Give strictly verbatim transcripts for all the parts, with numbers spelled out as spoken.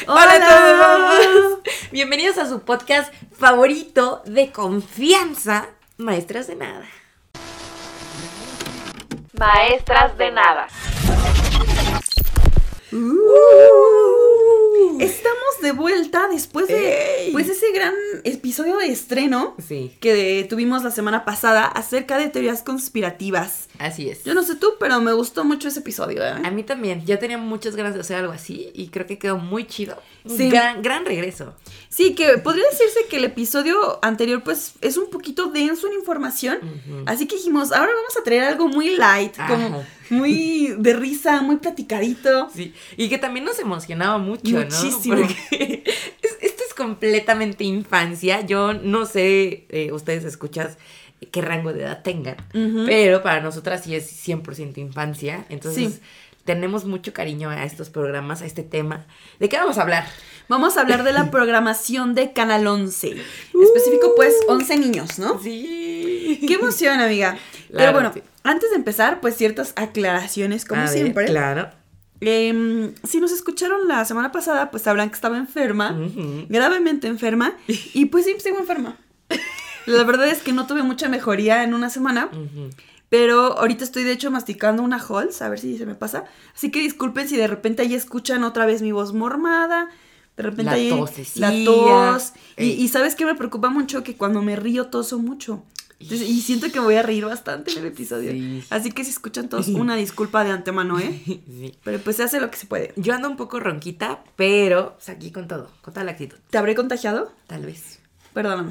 Hola a todos. Bienvenidos a su podcast favorito de confianza, Maestras de Nada. Maestras de Nada. Uh, estamos de vuelta después de ¡Ey! pues ese gran episodio de estreno Sí. que de- tuvimos la semana pasada acerca de teorías conspirativas. Así es. Yo no sé tú, pero me gustó mucho ese episodio, ¿eh? A mí también. Ya tenía muchas ganas de hacer algo así y creo que quedó muy chido. Un Sí. gran, gran regreso. Sí, que podría decirse que el episodio anterior pues es un poquito denso en información, Ujú. así que dijimos, ahora vamos a traer algo muy light, Ajá. como muy de risa, muy platicadito. Sí. Y que también nos emocionaba mucho, Muchísimo. ¿no? Porque es- esto es completamente infancia. Yo no sé, eh, ustedes escuchas qué rango de edad tengan, Ujú. pero para nosotras sí es cien por ciento infancia. Entonces Sí. tenemos mucho cariño a estos programas, a este tema. ¿De qué vamos a hablar? Vamos a hablar de la programación de Canal once. Específico, pues, once niños, ¿no? Sí. ¡Qué emoción, amiga! Pero Claro, bueno, sí. antes de empezar, pues ciertas aclaraciones, como A ver, siempre. Claro. Eh, si nos escucharon la semana pasada, pues sabrán que estaba enferma, Ujú. gravemente enferma, y pues sí, sigo enferma. La verdad es que no tuve mucha mejoría en una semana, Ujú. pero ahorita estoy de hecho masticando una Halls, a ver si se me pasa. Así que disculpen si de repente ahí escuchan otra vez mi voz mormada, de repente La ahí tosecilla. la tos. Y, Ey. y ¿sabes qué? Me preocupa mucho que cuando me río toso mucho. Entonces, y siento que me voy a reír bastante en el episodio. Sí. Así que si escuchan todos, una disculpa de antemano, ¿eh? Sí. Pero pues se hace lo que se puede. Yo ando un poco ronquita, pero pues, aquí con todo, con toda la actitud, ¿Te habré contagiado? tal vez. Perdóname.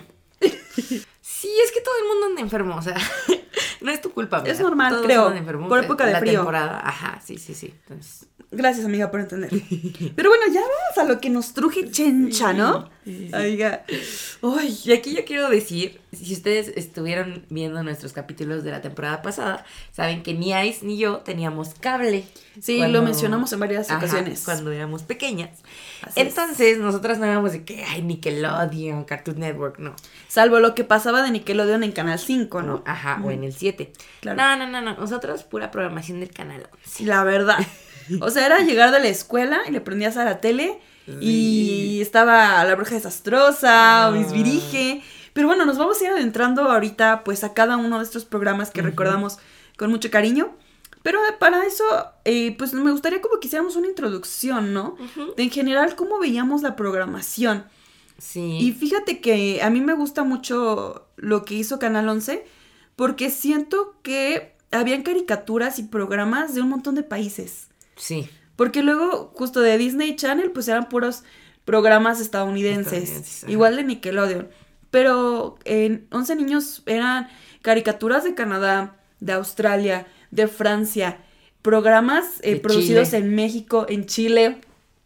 Sí, es que todo el mundo anda enfermo, o sea, no es tu culpa, amiga. Es normal, Todos creo, andan enfermos por en época de la frío. temporada. Ajá, sí, sí, sí. Entonces, Gracias, amiga, por entender. Pero bueno, ya vamos a lo que nos truje chencha, ¿no? Oiga. Ay, y aquí yo quiero decir, si ustedes estuvieron viendo nuestros capítulos de la temporada pasada, saben que ni Ice ni yo teníamos cable. sí, cuando- lo mencionamos en varias Ajá, ocasiones. cuando éramos pequeñas. Así es. Entonces, nosotras no éramos de que, ay, Nickelodeon, Cartoon Network, no. Salvo lo que pasaba de Nickelodeon en Canal cinco, ¿no? Ajá, o en el siete. Claro. No, no, no, no. Nosotros pura programación del canal once. La verdad. O sea, era llegar de la escuela y le prendías a la tele y estaba La Bruja Desastrosa o Miss Virige. Pero bueno, nos vamos a ir adentrando ahorita pues a cada uno de estos programas que Ujú. recordamos con mucho cariño. Pero para eso, eh, pues me gustaría como que hiciéramos una introducción, ¿no? Ujú. De en general cómo veíamos la programación. Sí. Y fíjate que a mí me gusta mucho lo que hizo Canal once porque siento que habían caricaturas y programas de un montón de países. Sí. Porque luego, justo de Disney Channel, pues eran puros programas estadounidenses, Estadounidenses, ajá. igual de Nickelodeon. Pero en once niños eran caricaturas de Canadá, de Australia, de Francia, programas eh, De producidos Chile. en México, en Chile.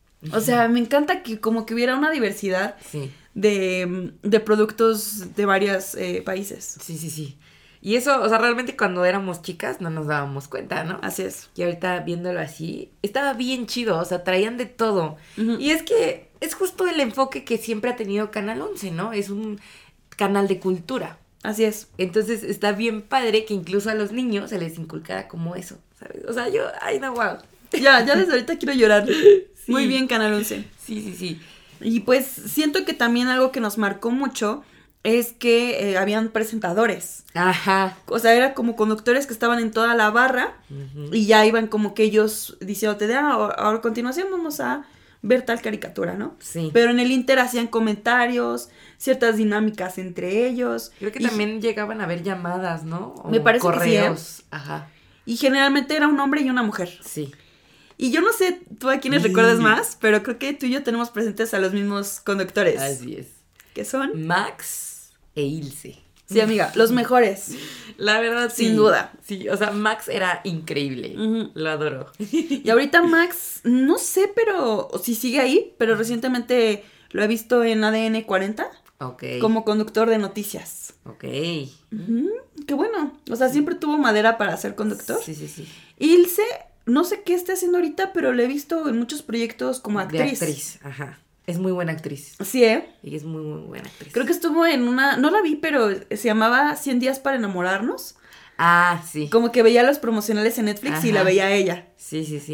O sea, me encanta que como que hubiera una diversidad Sí. de, de productos de varios eh, países. Sí, sí, sí. Y eso, o sea, realmente cuando éramos chicas no nos dábamos cuenta, ¿no? Así es. Y ahorita viéndolo así, estaba bien chido, o sea, traían de todo. Ujú. Y es que es justo el enfoque que siempre ha tenido Canal once, ¿no? Es un canal de cultura. Así es. Entonces está bien padre que incluso a los niños se les inculcara como eso, ¿sabes? O sea, yo, ay, no, wow. Ya, ya desde ahorita quiero llorar. Sí. Muy bien, Canal once. Sí, sí, sí. Y pues siento que también algo que nos marcó mucho es que eh, habían presentadores. Ajá. O sea, era como conductores que estaban en toda la barra Ujú. y ya iban como que ellos diciéndote, de, ah, ahora ahora a continuación vamos a ver tal caricatura, ¿no? Sí. Pero en el Inter hacían comentarios, ciertas dinámicas entre ellos. Creo que y, también llegaban a ver llamadas, ¿no? O Me parece que sí, ¿eh? correos. Ajá. Y generalmente era un hombre y una mujer. Sí. Y yo no sé tú a quiénes Sí. recuerdas más, pero creo que tú y yo tenemos presentes a los mismos conductores. Así es. Que son... Max e Ilse. Sí, amiga, los mejores. La verdad, sí. Sin duda. Sí, o sea, Max era increíble. Ujú. Lo adoro. Y ahorita Max, no sé, pero si sigue ahí, pero recientemente lo he visto en A D N cuarenta Ok. como conductor de noticias. Ok. Ujú, qué bueno. O sea, siempre tuvo madera para ser conductor. Sí, sí, sí. Ilse, no sé qué esté haciendo ahorita, pero la he visto en muchos proyectos como De actriz. actriz, ajá. Es muy buena actriz. Sí, ¿eh? Ella es muy, muy buena actriz. Creo que estuvo en una, no la vi, pero se llamaba cien días para enamorarnos. Ah, sí. Como que veía los promocionales en Netflix y Ajá. la veía a ella. Sí, sí, sí.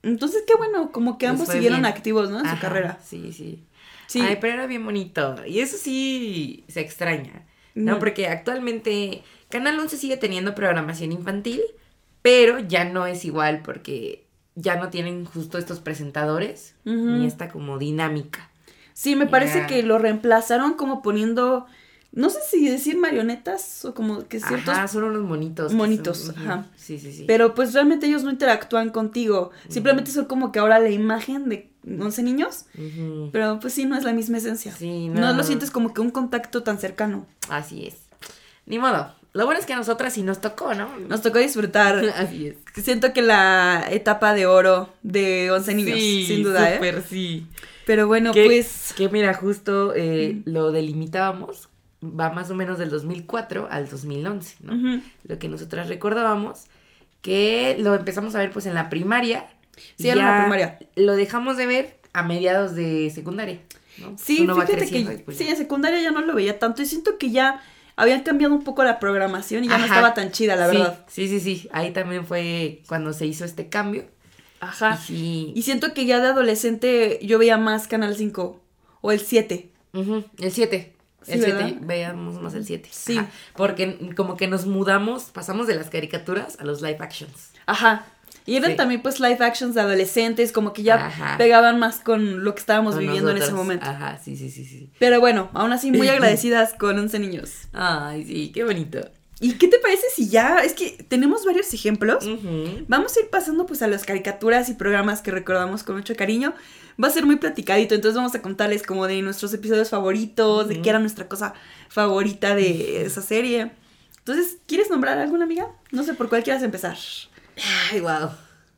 Entonces, qué bueno, como que Les ambos fue siguieron bien. activos, ¿no? En Ajá, su carrera. Sí, sí. Sí. Ay, pero era bien bonito. Y eso sí se extraña, ¿no? Mm. Porque actualmente Canal once sigue teniendo programación infantil, pero ya no es igual porque ya no tienen justo estos presentadores Ujú. ni esta como dinámica. Sí, me parece Ya. que lo reemplazaron como poniendo, no sé si decir marionetas o como que ciertos, Ajá, son unos monitos. que monitos, son- ujú. ajá. Sí, sí, sí. pero pues realmente ellos no interactúan contigo, simplemente son como que ahora la imagen de once niños, Ujú. pero pues sí, no es la misma esencia. Sí, no. no. lo sientes como que un contacto tan cercano. Así es. Ni modo. Lo bueno es que a nosotras sí nos tocó, ¿no? Nos tocó disfrutar. Así es. Siento que la etapa de oro de once niños, Sí, sin duda, ¿eh? súper, sí. Pero bueno, que, pues... que mira, justo eh, lo delimitábamos, va más o menos del dos mil cuatro al dos mil once, ¿no? Ujú. Lo que nosotras recordábamos, que lo empezamos a ver pues en la primaria. Sí, era en la ya primaria. Lo dejamos de ver a mediados de secundaria, ¿no? Sí, Uno va fíjate creciendo que y, pues, sí, ya. en secundaria ya no lo veía tanto y siento que ya habían cambiado un poco la programación y ya no Ajá. estaba tan chida, la Sí, verdad. Sí, sí, sí, ahí también fue cuando se hizo este cambio. Ajá. Y sí, Y siento que ya de adolescente yo veía más Canal cinco o el siete. ujú, el siete. Sí, El ¿verdad? siete, veíamos más el siete. Sí. Ajá, porque como que nos mudamos, pasamos de las caricaturas a los live actions. Ajá. Y eran Sí. también pues live actions de adolescentes, como que ya Ajá. pegaban más con lo que estábamos Con viviendo en ese nosotros. momento. Ajá, sí, sí, sí, sí. Pero bueno, aún así muy agradecidas con once niños. Ay, sí, qué bonito. ¿Y qué te parece si ya, es que tenemos varios ejemplos? Ujú. Vamos a ir pasando pues a las caricaturas y programas que recordamos con mucho cariño. Va a ser muy platicadito, entonces vamos a contarles como de nuestros episodios favoritos, de Ujú. qué era nuestra cosa favorita de esa serie. Entonces, ¿quieres nombrar alguna amiga? No sé por cuál quieras empezar. Ay, wow.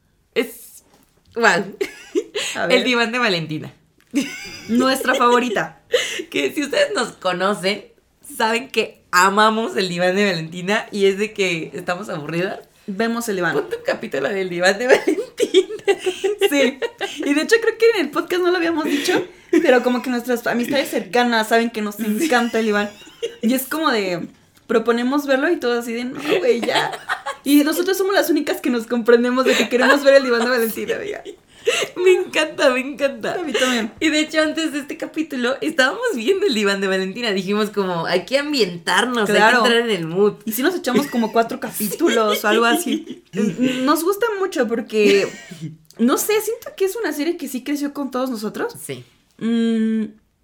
Es. Wow. A ver. El diván de Valentina. Nuestra favorita. Que si ustedes nos conocen, saben que amamos el diván de Valentina y es de que estamos aburridas. Vemos el diván. Ponte un capítulo del diván de Valentina. Sí. Y de hecho creo que en el podcast no lo habíamos dicho, pero como que nuestras amistades cercanas saben que nos encanta el diván. Y es como de, proponemos verlo y todo así de, no, güey, ya. Y nosotros somos las únicas que nos comprendemos de que queremos ver el diván de Valentina, diga. Me encanta, me encanta. A mí también. Y de hecho, antes de este capítulo, estábamos viendo el diván de Valentina. Dijimos como, hay que ambientarnos, Claro. hay que entrar en el mood. Y si nos echamos como cuatro capítulos o algo así. Nos gusta mucho porque, no sé, siento que es una serie que sí creció con todos nosotros. Sí. Mm,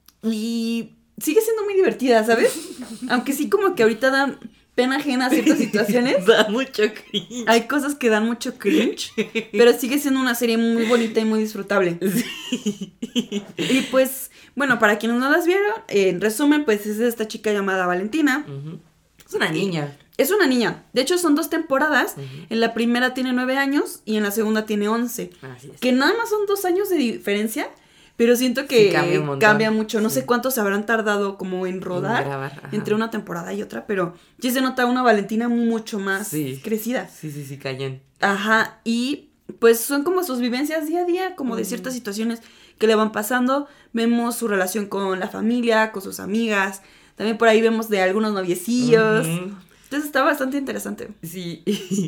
y sigue siendo muy divertida, ¿sabes? Aunque sí como que ahorita dan pena ajena a ciertas situaciones. Da mucho cringe. Hay cosas que dan mucho cringe, pero sigue siendo una serie muy bonita y muy disfrutable. Sí. Y pues, bueno, para quienes no las vieron, en resumen, pues es de esta chica llamada Valentina. Ujú. Es una niña. Es una niña. De hecho, son dos temporadas. Ujú. En la primera tiene nueve años y en la segunda tiene once. Así es. Que nada más son dos años de diferencia, pero siento que Sí, cambia un montón. cambia mucho. No Sí. sé cuántos se habrán tardado como en rodar En grabar, ajá. entre una temporada y otra, pero sí se nota una Valentina mucho más Sí. crecida. Sí, sí, sí, cañón. Ajá, y pues son como sus vivencias día a día, como de Ujú. ciertas situaciones que le van pasando. Vemos su relación con la familia, con sus amigas. También por ahí vemos de algunos noviecillos. Ujú. Entonces está bastante interesante. Sí,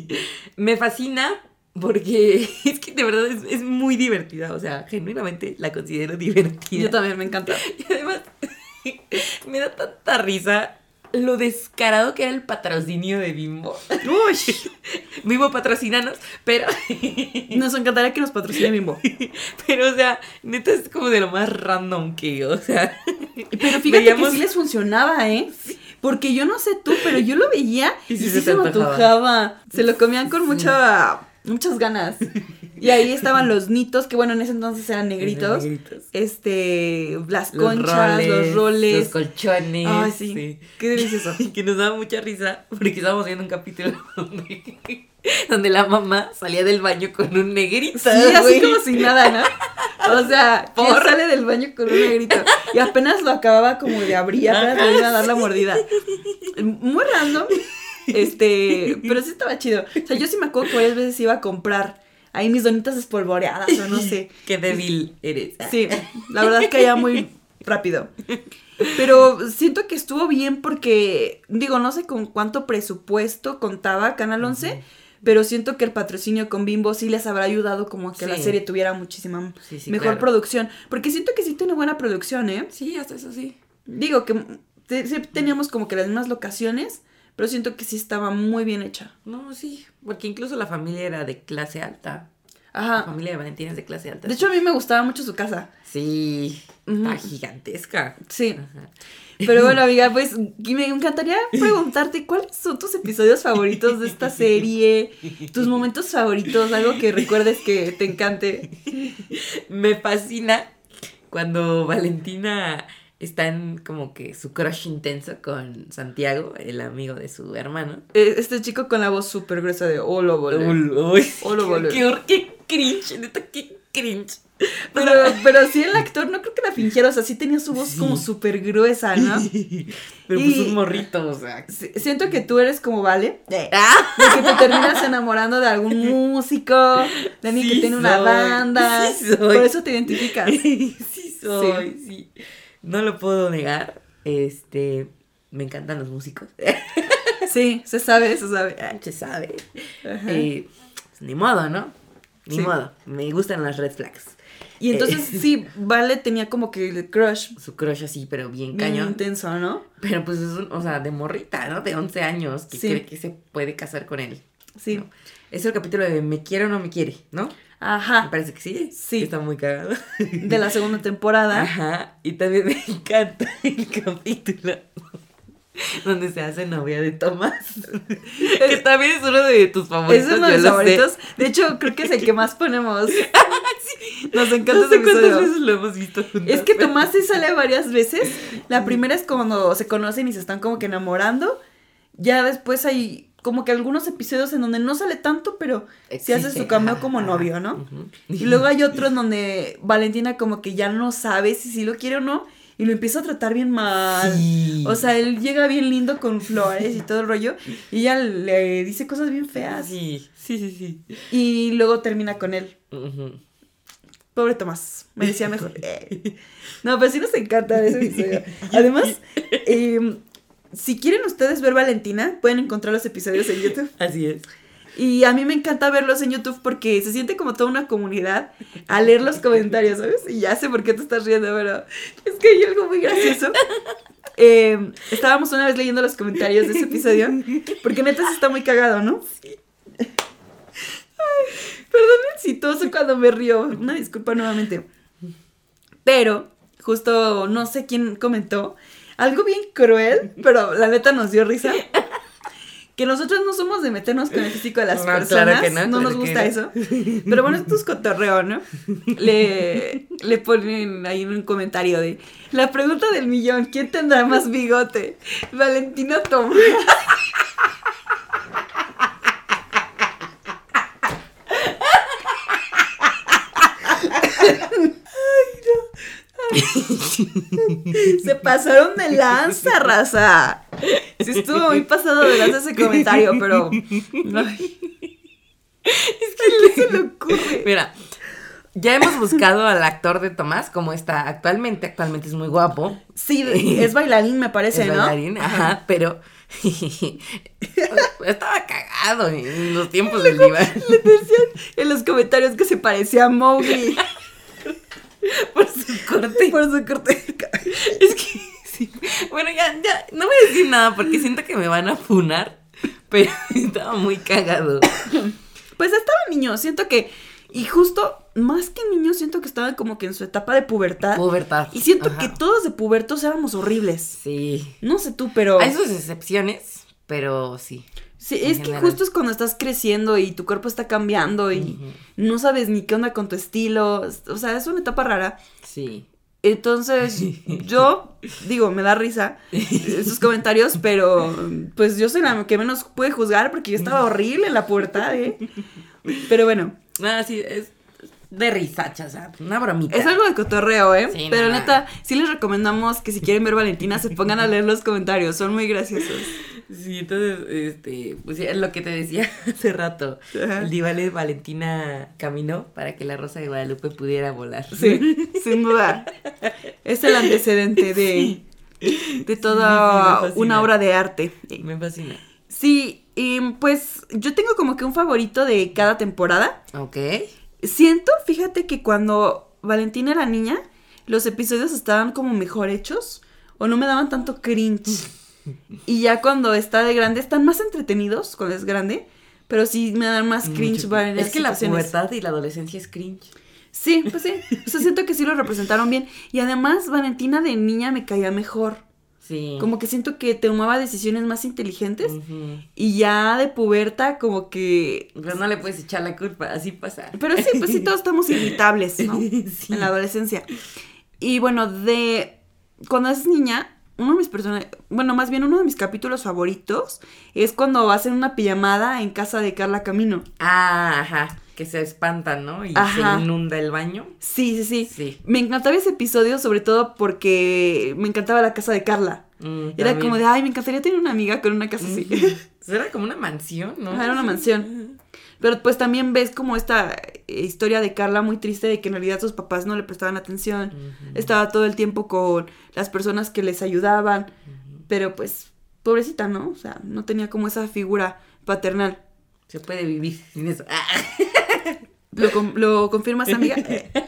me fascina porque es que de verdad es, es muy divertida, o sea, genuinamente la considero divertida. Yo también, me encanta. Y además, me da tanta risa lo descarado que era el patrocinio de Bimbo. Uy, Bimbo patrocinanos, pero, nos encantaría que nos patrocine Bimbo. pero, o sea, neta es como de lo más random que, o sea. Pero fíjate veíamos- que sí les funcionaba, ¿eh? Porque yo no sé tú, pero yo lo veía Y y, sí sí se se, te me antojaba. antojaba. Se lo comían con mucha, muchas ganas. Y ahí estaban los nitos, que bueno, en ese entonces eran negritos. Negritos. Este, las Los conchas, roles, los roles. los colchones. Ay, sí. Qué delicioso. Y que nos daba mucha risa porque estábamos viendo un capítulo donde, donde la mamá salía del baño con un negrito. Sí, así güey. como sin nada, ¿no? O sea, ¿quién Por- sale del baño con un negrito? Y apenas lo acababa como de abrir, apenas le iba a dar la mordida. Muy random, este, pero sí estaba chido. O sea, yo sí me acuerdo que varias veces iba a comprar ahí mis donitas espolvoreadas o no sé. Qué débil eres. Sí, la verdad es que caía muy rápido. Pero siento que estuvo bien porque, digo, no sé con cuánto presupuesto contaba Canal once, pero siento que el patrocinio con Bimbo sí les habrá ayudado como a que Sí. la serie tuviera muchísima Sí, sí, mejor claro. producción, porque siento que sí tiene buena producción, ¿eh? Sí, hasta eso sí. Digo que te- sí teníamos como que las mismas locaciones, pero siento que sí estaba muy bien hecha. No, sí, porque incluso la familia era de clase alta. La Ajá. familia de Valentina es de clase alta. De hecho, a mí me gustaba mucho su casa. Sí, Ujú. está gigantesca. Sí. Ajá. Pero bueno, amiga, pues y me encantaría preguntarte cuáles son tus episodios favoritos de esta serie, tus momentos favoritos, algo que recuerdes que te encante. Me fascina cuando Valentina está en como que su crush intenso con Santiago, el amigo de su hermano. Eh, Este chico con la voz súper gruesa de hola, vole. Uy, Hola, qué, vale. qué, hor- qué cringe, neta, qué cringe. Pero, pero sí, el actor no creo que la fingiera, o sea, sí tenía su voz Sí. como súper gruesa, ¿no? Pero Y- pues un morrito, o sea. Sí, siento que tú eres como Vale, de ¡Ah! que te terminas enamorando de algún músico, de alguien que Sí tiene una soy, banda, sí soy. por eso te identificas. Sí soy, sí. No lo puedo negar. Este, me encantan los músicos. Sí, se sabe, se sabe. Se sabe. Ajá. Eh, pues, ni modo, ¿no? Ni Sí. modo. Me gustan las red flags. Y entonces Eh, sí, Vale tenía como que el crush Su crush así, pero bien bien cañón. intenso, ¿no? Pero pues es un, o sea, de morrita, ¿no? De once años, que Sí. cree que se puede casar con él. Sí. ¿no? Es el capítulo de Me quiere o no me quiere, ¿no? Me Ajá. parece que sí. Sí. Está muy cagado. De la segunda temporada. Ajá. Y también me encanta el capítulo donde se hace novia de Tomás. Que también es uno de tus favoritos. Es uno de yo mis lo favoritos. sé. De hecho, creo que es el que más ponemos. Nos encanta No ese sé cuántas episodio. veces lo hemos visto juntos. Es que pero- Tomás sí sale varias veces. La primera es cuando se conocen y se están como que enamorando. Ya después hay como que algunos episodios en donde no sale tanto, pero sí hace Existe. su cameo Ajá, como ajá. novio, ¿no? Ujú. Y luego hay otro en donde Valentina como que ya no sabe si sí lo quiere o no y lo empieza a tratar bien mal. Sí. O sea, él llega bien lindo con flores y todo el rollo y ella le dice cosas bien feas Sí, sí, sí, sí. y luego termina con él. Ujú. Pobre Tomás, merecía mejor. Eh. No, pero sí nos encanta ese episodio. Además, eh, si quieren ustedes ver Valentina, pueden encontrar los episodios en YouTube. Así es. Y a mí me encanta verlos en YouTube porque se siente como toda una comunidad a leer los comentarios, ¿sabes? Y ya sé por qué te estás riendo, pero es que hay algo muy gracioso. Eh, estábamos una vez leyendo los comentarios de ese episodio, porque neta se está muy cagado, ¿no? Sí. Ay, perdón el citoso cuando me río. Una disculpa nuevamente. Pero, justo no sé quién comentó algo bien cruel, pero la neta nos dio risa. Que nosotros no somos de meternos con el físico de las No, personas. claro que no, no claro nos que gusta no. eso. Pero bueno, esto es cotorreo, ¿no? Le, le ponen ahí en un comentario de la pregunta del millón: ¿quién tendrá más bigote? Valentina Tomás. Se pasaron de lanza, raza. Sí estuvo muy pasado de lanza ese comentario, pero... Ay. Es que ¿qué se le ocurre? Mira, ya hemos buscado al actor de Tomás, como está actualmente. Actualmente es muy guapo. Sí, es bailarín, me parece, Es ¿no? bailarín, ajá, pero estaba cagado en los tiempos del diván. Le decían en los comentarios que se parecía a Mowgli Por su corte. por su corte de cabello. Es que sí. Bueno, ya, ya, no voy a decir nada porque siento que me van a funar, pero estaba muy cagado. Pues estaba niño, siento que... Y justo, más que niño, siento que estaba como que en su etapa de pubertad. Pubertad. Y siento Ajá. que todos de pubertos éramos horribles. Sí. No sé tú, pero... Hay sus excepciones, pero sí. Sí, en es que general. justo es cuando estás creciendo y tu cuerpo está cambiando y Ujú. no sabes ni qué onda con tu estilo. O sea, es una etapa rara. Sí. Entonces, yo digo, me da risa esos comentarios, pero pues yo soy la que menos puede juzgar porque yo estaba horrible en la pubertad, ¿eh? Pero bueno, Nada, sí, es de risacha, o sea, una bromita. es algo de cotorreo, ¿eh? Sí, Pero nada. neta, sí les recomendamos que si quieren ver Valentina se pongan a leer los comentarios, son muy graciosos. Sí, entonces, este, pues es lo que te decía hace rato. Ajá. El diva de Valentina caminó para que la Rosa de Guadalupe pudiera volar. Sí, sin duda. Es el antecedente de, de Sí, sí, toda me fascina. una obra de arte. Me fascina. Sí, Y pues yo tengo como que un favorito de cada temporada. Ok. Siento, fíjate que cuando Valentina era niña, los episodios estaban como mejor hechos o no me daban tanto cringe. Y ya cuando está de grande, están más entretenidos cuando es grande, pero sí me dan más cringe. Mucho. varias Es que la situaciones. pubertad y la adolescencia es cringe. Sí, pues sí. O sea, siento que sí lo representaron bien. Y además, Valentina de niña me caía mejor. Sí. Como que siento que tomaba decisiones más inteligentes. Ujú. Y ya de puberta, como que. Pero no le puedes echar la culpa, así pasa. Pero sí, pues sí, todos estamos irritables, ¿no? Sí. En la adolescencia. Y bueno, de. Cuando es niña, uno de mis personajes. Bueno, más bien uno de mis capítulos favoritos es cuando hacen una pijamada en casa de Carla Camino. Ah, ajá. Que se espantan, ¿no? Y Ajá. se inunda el baño. Sí, sí, sí, Sí. Me encantaba ese episodio, sobre todo porque me encantaba la casa de Carla. Mm, Era también. como de, ay, me encantaría tener una amiga con una casa así. Ujú. Era como una mansión, ¿no? Ajá, era una mansión. Pero pues también ves como esta eh, historia de Carla muy triste de que en realidad sus papás no le prestaban atención. Ujú. Estaba todo el tiempo con las personas que les ayudaban. Ujú. Pero pues, pobrecita, ¿no? O sea, no tenía como esa figura paternal. Se puede vivir sin eso. Ah. ¿Lo, com- ¿lo confirmas, amiga?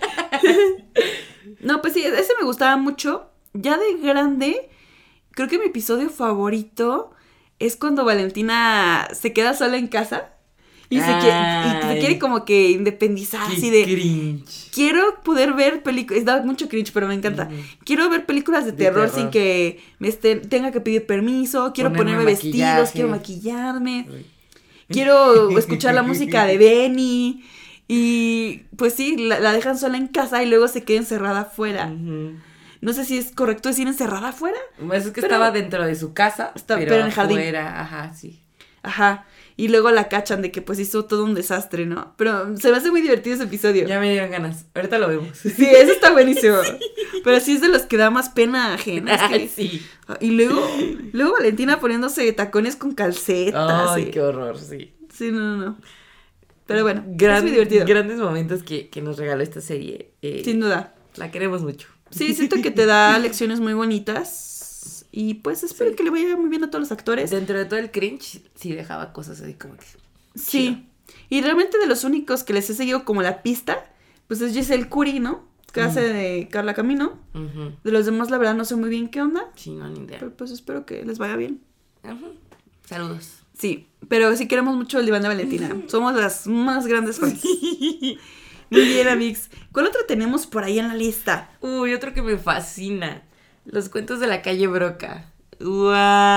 No, pues sí, ese me gustaba mucho. Ya de grande, creo que mi episodio favorito es cuando Valentina se queda sola en casa y, se, qui- y se Ay. quiere como que independizar, Qué así de... cringe. Quiero poder ver películas, da mucho cringe, pero me encanta. Ujú. Quiero ver películas de, De terror, terror. sin que me esté, tenga que pedir permiso. Quiero Ponerme ponerme vestidos, maquillaje. quiero maquillarme. Uy. Quiero escuchar la música de Benny. Y pues sí, la, la dejan sola en casa y luego se queda encerrada afuera. Ujú. No sé si es correcto decir encerrada afuera. Pues es que Pero- estaba dentro de su casa, Está- pero, pero en el jardín. afuera, ajá, sí. Ajá. Y luego la cachan de que pues hizo todo un desastre, ¿no? Pero se me hace muy divertido ese episodio. Ya me dieron ganas. Ahorita lo vemos. Sí, eso está buenísimo. Pero sí es de los que da más pena ajena. Es que- Ay, sí. Y luego, luego Valentina poniéndose tacones con calcetas. Ay, sí. qué horror, sí. Sí, no, no, no. Pero bueno, Gran- es muy divertido. Grandes momentos que, que nos regaló esta serie. eh, Sin duda. La queremos mucho. Sí, siento que te da lecciones muy bonitas. Y pues espero Sí. que le vaya muy bien a todos los actores. Dentro de todo el cringe, sí dejaba cosas así como que... Sí. Y realmente de los únicos que les he seguido como la pista, pues es Giselle Curi, ¿no? Que hace de Carla Camino. Ujú. De los demás, la verdad, no sé muy bien qué onda. Sí, no, ni idea. Pero pues espero que les vaya bien. Ujú. Saludos. Sí, pero sí queremos mucho el diván de Valentina. Somos las más grandes fans. Muy bien, amigos. ¿Cuál otro tenemos por ahí en la lista? Uy, otro que me fascina. Los cuentos de la calle Broca. ¡Wow!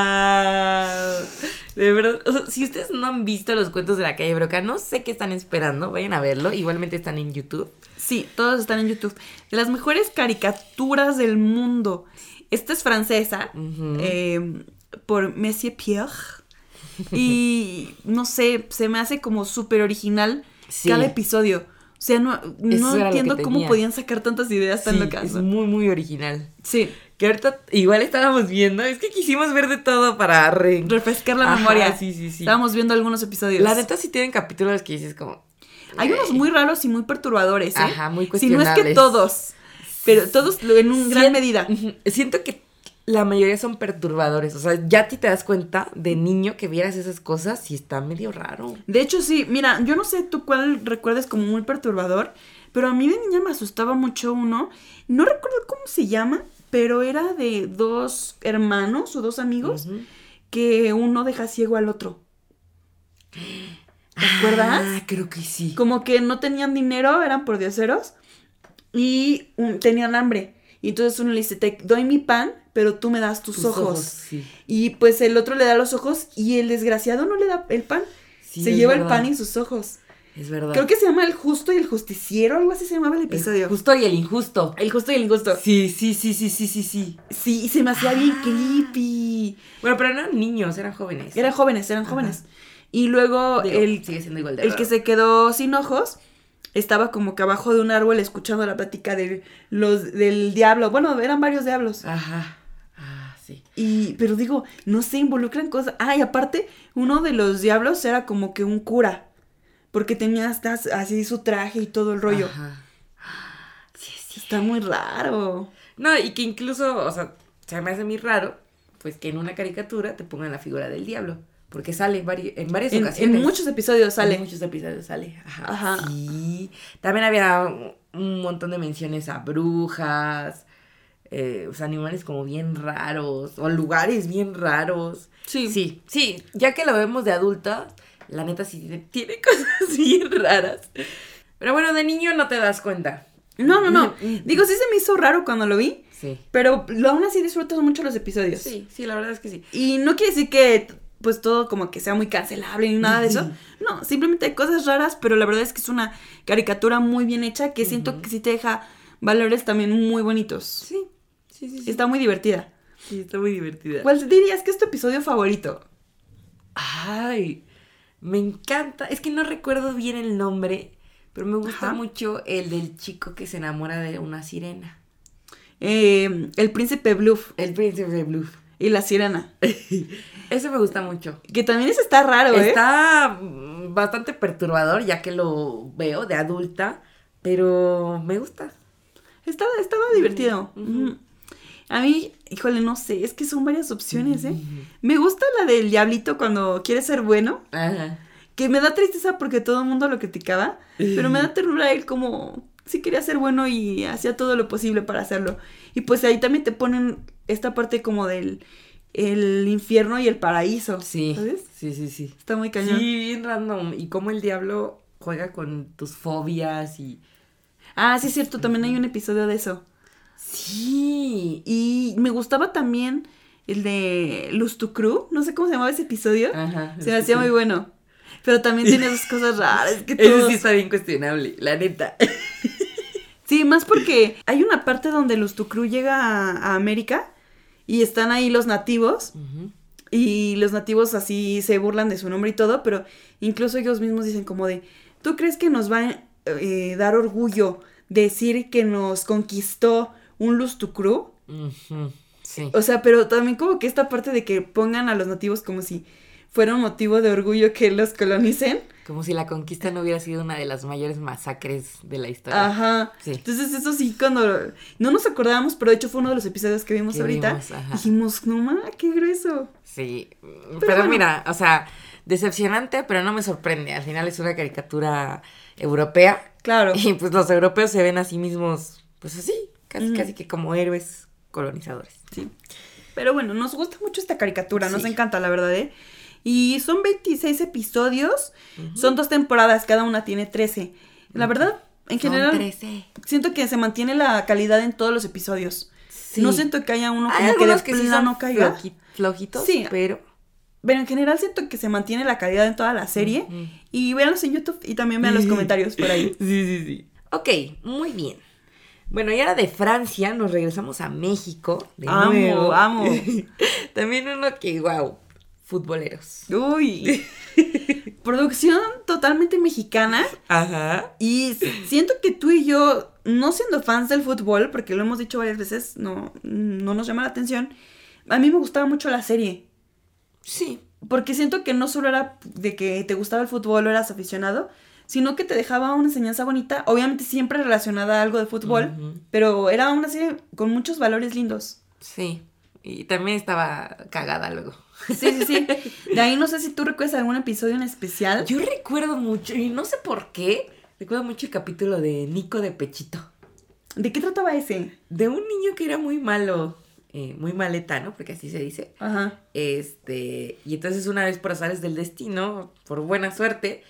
De verdad, o sea, si ustedes no han visto los cuentos de la calle Broca, no sé qué están esperando, vayan a verlo. Igualmente están en YouTube. Sí, todos están en YouTube. De las mejores caricaturas del mundo. Esta es francesa, Ujú. eh, por Monsieur Pierre. Y no sé, se me hace como súper original Sí. cada episodio. O sea, no, no Eso era lo entiendo que cómo tenía. podían sacar tantas ideas tan Sí, locas. es ¿no? muy, muy original. Sí, Que ahorita igual estábamos viendo, es que quisimos ver de todo para re... refrescar la Ajá, memoria. Sí, sí, sí. Estábamos viendo algunos episodios. La neta sí tienen capítulos que dices como... Hay unos muy raros y muy perturbadores, ¿eh? Ajá, muy Si no es que cuestionables. todos, pero todos lo- en una gran Sien- medida. Ujú. Siento que la mayoría son perturbadores. O sea, ya a ti te das cuenta de niño que vieras esas cosas y está medio raro. De hecho, sí, mira, yo no sé tú cuál recuerdes como muy perturbador, pero a mí de niña me asustaba mucho uno. No recuerdo cómo se llama, pero era de dos hermanos o dos amigos Ujú. que uno deja ciego al otro. ¿Te acuerdas? Ah, creo que sí. Como que no tenían dinero, eran pordioseros y um, tenían hambre. Y entonces uno le dice, te doy mi pan, pero tú me das tus, Tus ojos. sí. Y pues el otro le da los ojos y el desgraciado no le da el pan. Sí, se es lleva el verdad. pan y sus ojos. Es verdad. Creo que se llama El Justo y el Justiciero, algo así se llamaba el episodio. El justo y el injusto. El Justo y el Injusto. Sí, sí, sí, sí, sí, sí, sí. Sí, y se me hacía bien Ah. creepy. Bueno, pero no eran niños, eran jóvenes. Eran jóvenes, eran Ajá. jóvenes. Y luego Digo, el, sigue siendo igual de el raro. que se quedó sin ojos estaba como que abajo de un árbol escuchando la plática de los, del diablo. Bueno, eran varios diablos. Ajá. Ah, sí. Y, pero digo, no se involucran cosas. Ah, y aparte, uno de los diablos era como que un cura. Porque tenía hasta así su traje y todo el rollo. Ajá. Sí, sí. Está muy raro. No, y que incluso, o sea, se me hace muy raro, pues que en una caricatura te pongan la figura del diablo. porque sale vari- en varias En, ocasiones. en muchos episodios sale. En muchos episodios sale. Ajá. Ajá. Sí. También había un montón de menciones a brujas, eh, o sea, animales como bien raros, o lugares bien raros. Sí. Sí, sí, ya que lo vemos de adulta, la neta sí tiene, tiene cosas bien raras. Pero bueno, de niño no te das cuenta. No, no, no. Digo, sí se me hizo raro cuando lo vi, Sí. pero aún así disfrutas mucho los episodios. Sí, sí, la verdad es que sí. Y no quiere decir que pues todo como que sea muy cancelable ni nada de eso. No, simplemente hay cosas raras, pero la verdad es que es una caricatura muy bien hecha que siento Ujú. que sí te deja valores también muy bonitos. Sí, sí, sí. sí. Está muy divertida. Sí, está muy divertida. ¿Cuál dirías que es tu episodio favorito? Ay, me encanta. Es que no recuerdo bien el nombre, pero me gusta Ajá. mucho el del chico que se enamora de una sirena. Eh, el príncipe Bluff El príncipe de Bluff. y la sirena. Ese me gusta mucho. Que también ese está raro, ¿eh? Está mm, bastante perturbador ya que lo veo de adulta, pero me gusta. Estaba, estaba divertido. Ujú. Ujú. A mí, híjole, no sé, es que son varias opciones, ¿eh? Me gusta la del diablito cuando quiere ser bueno, Ajá. que me da tristeza porque todo el mundo lo criticaba, pero me da ternura él como sí quería ser bueno y hacía todo lo posible para hacerlo. Y pues ahí también te ponen esta parte como del el infierno y el paraíso, Sí. ¿sabes? Sí, sí, sí. Está muy cañón. Sí, bien random. Y cómo el diablo juega con tus fobias y... Ah, sí es cierto, también hay un episodio de eso. Sí. Y me gustaba también el de Luz tu Crew, no sé cómo se llamaba ese episodio. Ajá. Se me hacía muy bueno. Pero también tiene esas cosas raras. Que Ese todos... sí está bien cuestionable, la neta. Sí, más porque hay una parte donde Luz tu Crew llega a, a América y están ahí los nativos. Ujú. Y los nativos así se burlan de su nombre y todo, pero incluso ellos mismos dicen como de, ¿tú crees que nos va a eh, dar orgullo decir que nos conquistó un Luz tu Crew? Ujú. Sí. O sea, pero también como que esta parte de que pongan a los nativos como si fuera un motivo de orgullo que los colonicen. Como si la conquista no hubiera sido una de las mayores masacres de la historia. Ajá. Sí. Entonces eso sí, cuando no nos acordábamos, pero de hecho fue uno de los episodios que vimos Que ahorita. vimos, ajá. Dijimos, no ma, qué grueso. Sí. Pero, bueno. mira, o sea, decepcionante, pero no me sorprende. Al final es una caricatura europea. Claro. Y pues los europeos se ven a sí mismos, pues así, casi, Ujú. casi que como héroes colonizadores. Sí. Pero bueno, nos gusta mucho esta caricatura, nos Sí. encanta, la verdad, ¿eh? Y son veintiséis episodios, Ujú. son dos temporadas, cada una tiene trece. La verdad, en Son general, trece. siento que se mantiene la calidad en todos los episodios. Sí. No siento que haya uno Hay como que de algunos que sí plano son caiga. floji- flojitos, Sí. pero... Pero en general siento que se mantiene la calidad en toda la serie. Ujú. Y véanlos en YouTube y también vean los comentarios por ahí. Sí, sí, sí. Ok, muy bien. Bueno, y ahora de Francia nos regresamos a México. De Amo, nuevo. amo. También uno que, wow, futboleros. Uy. Producción totalmente mexicana. Ajá. Y siento que tú y yo, no siendo fans del fútbol, porque lo hemos dicho varias veces, no, no nos llama la atención. A mí me gustaba mucho la serie. Sí. Porque siento que no solo era de que te gustaba el fútbol o eras aficionado, sino que te dejaba una enseñanza bonita, obviamente siempre relacionada a algo de fútbol, Ujú. pero era una serie con muchos valores lindos. Sí. Y también estaba cagada luego. Sí, sí, sí. De ahí no sé si tú recuerdas algún episodio en especial. Yo recuerdo mucho, y no sé por qué, recuerdo mucho el capítulo de Nico de Pechito. ¿De qué trataba ese? De un niño que era muy malo, eh, muy maleta, ¿no? Porque así se dice. Ajá. Este, y entonces una vez por azares del destino, por buena suerte,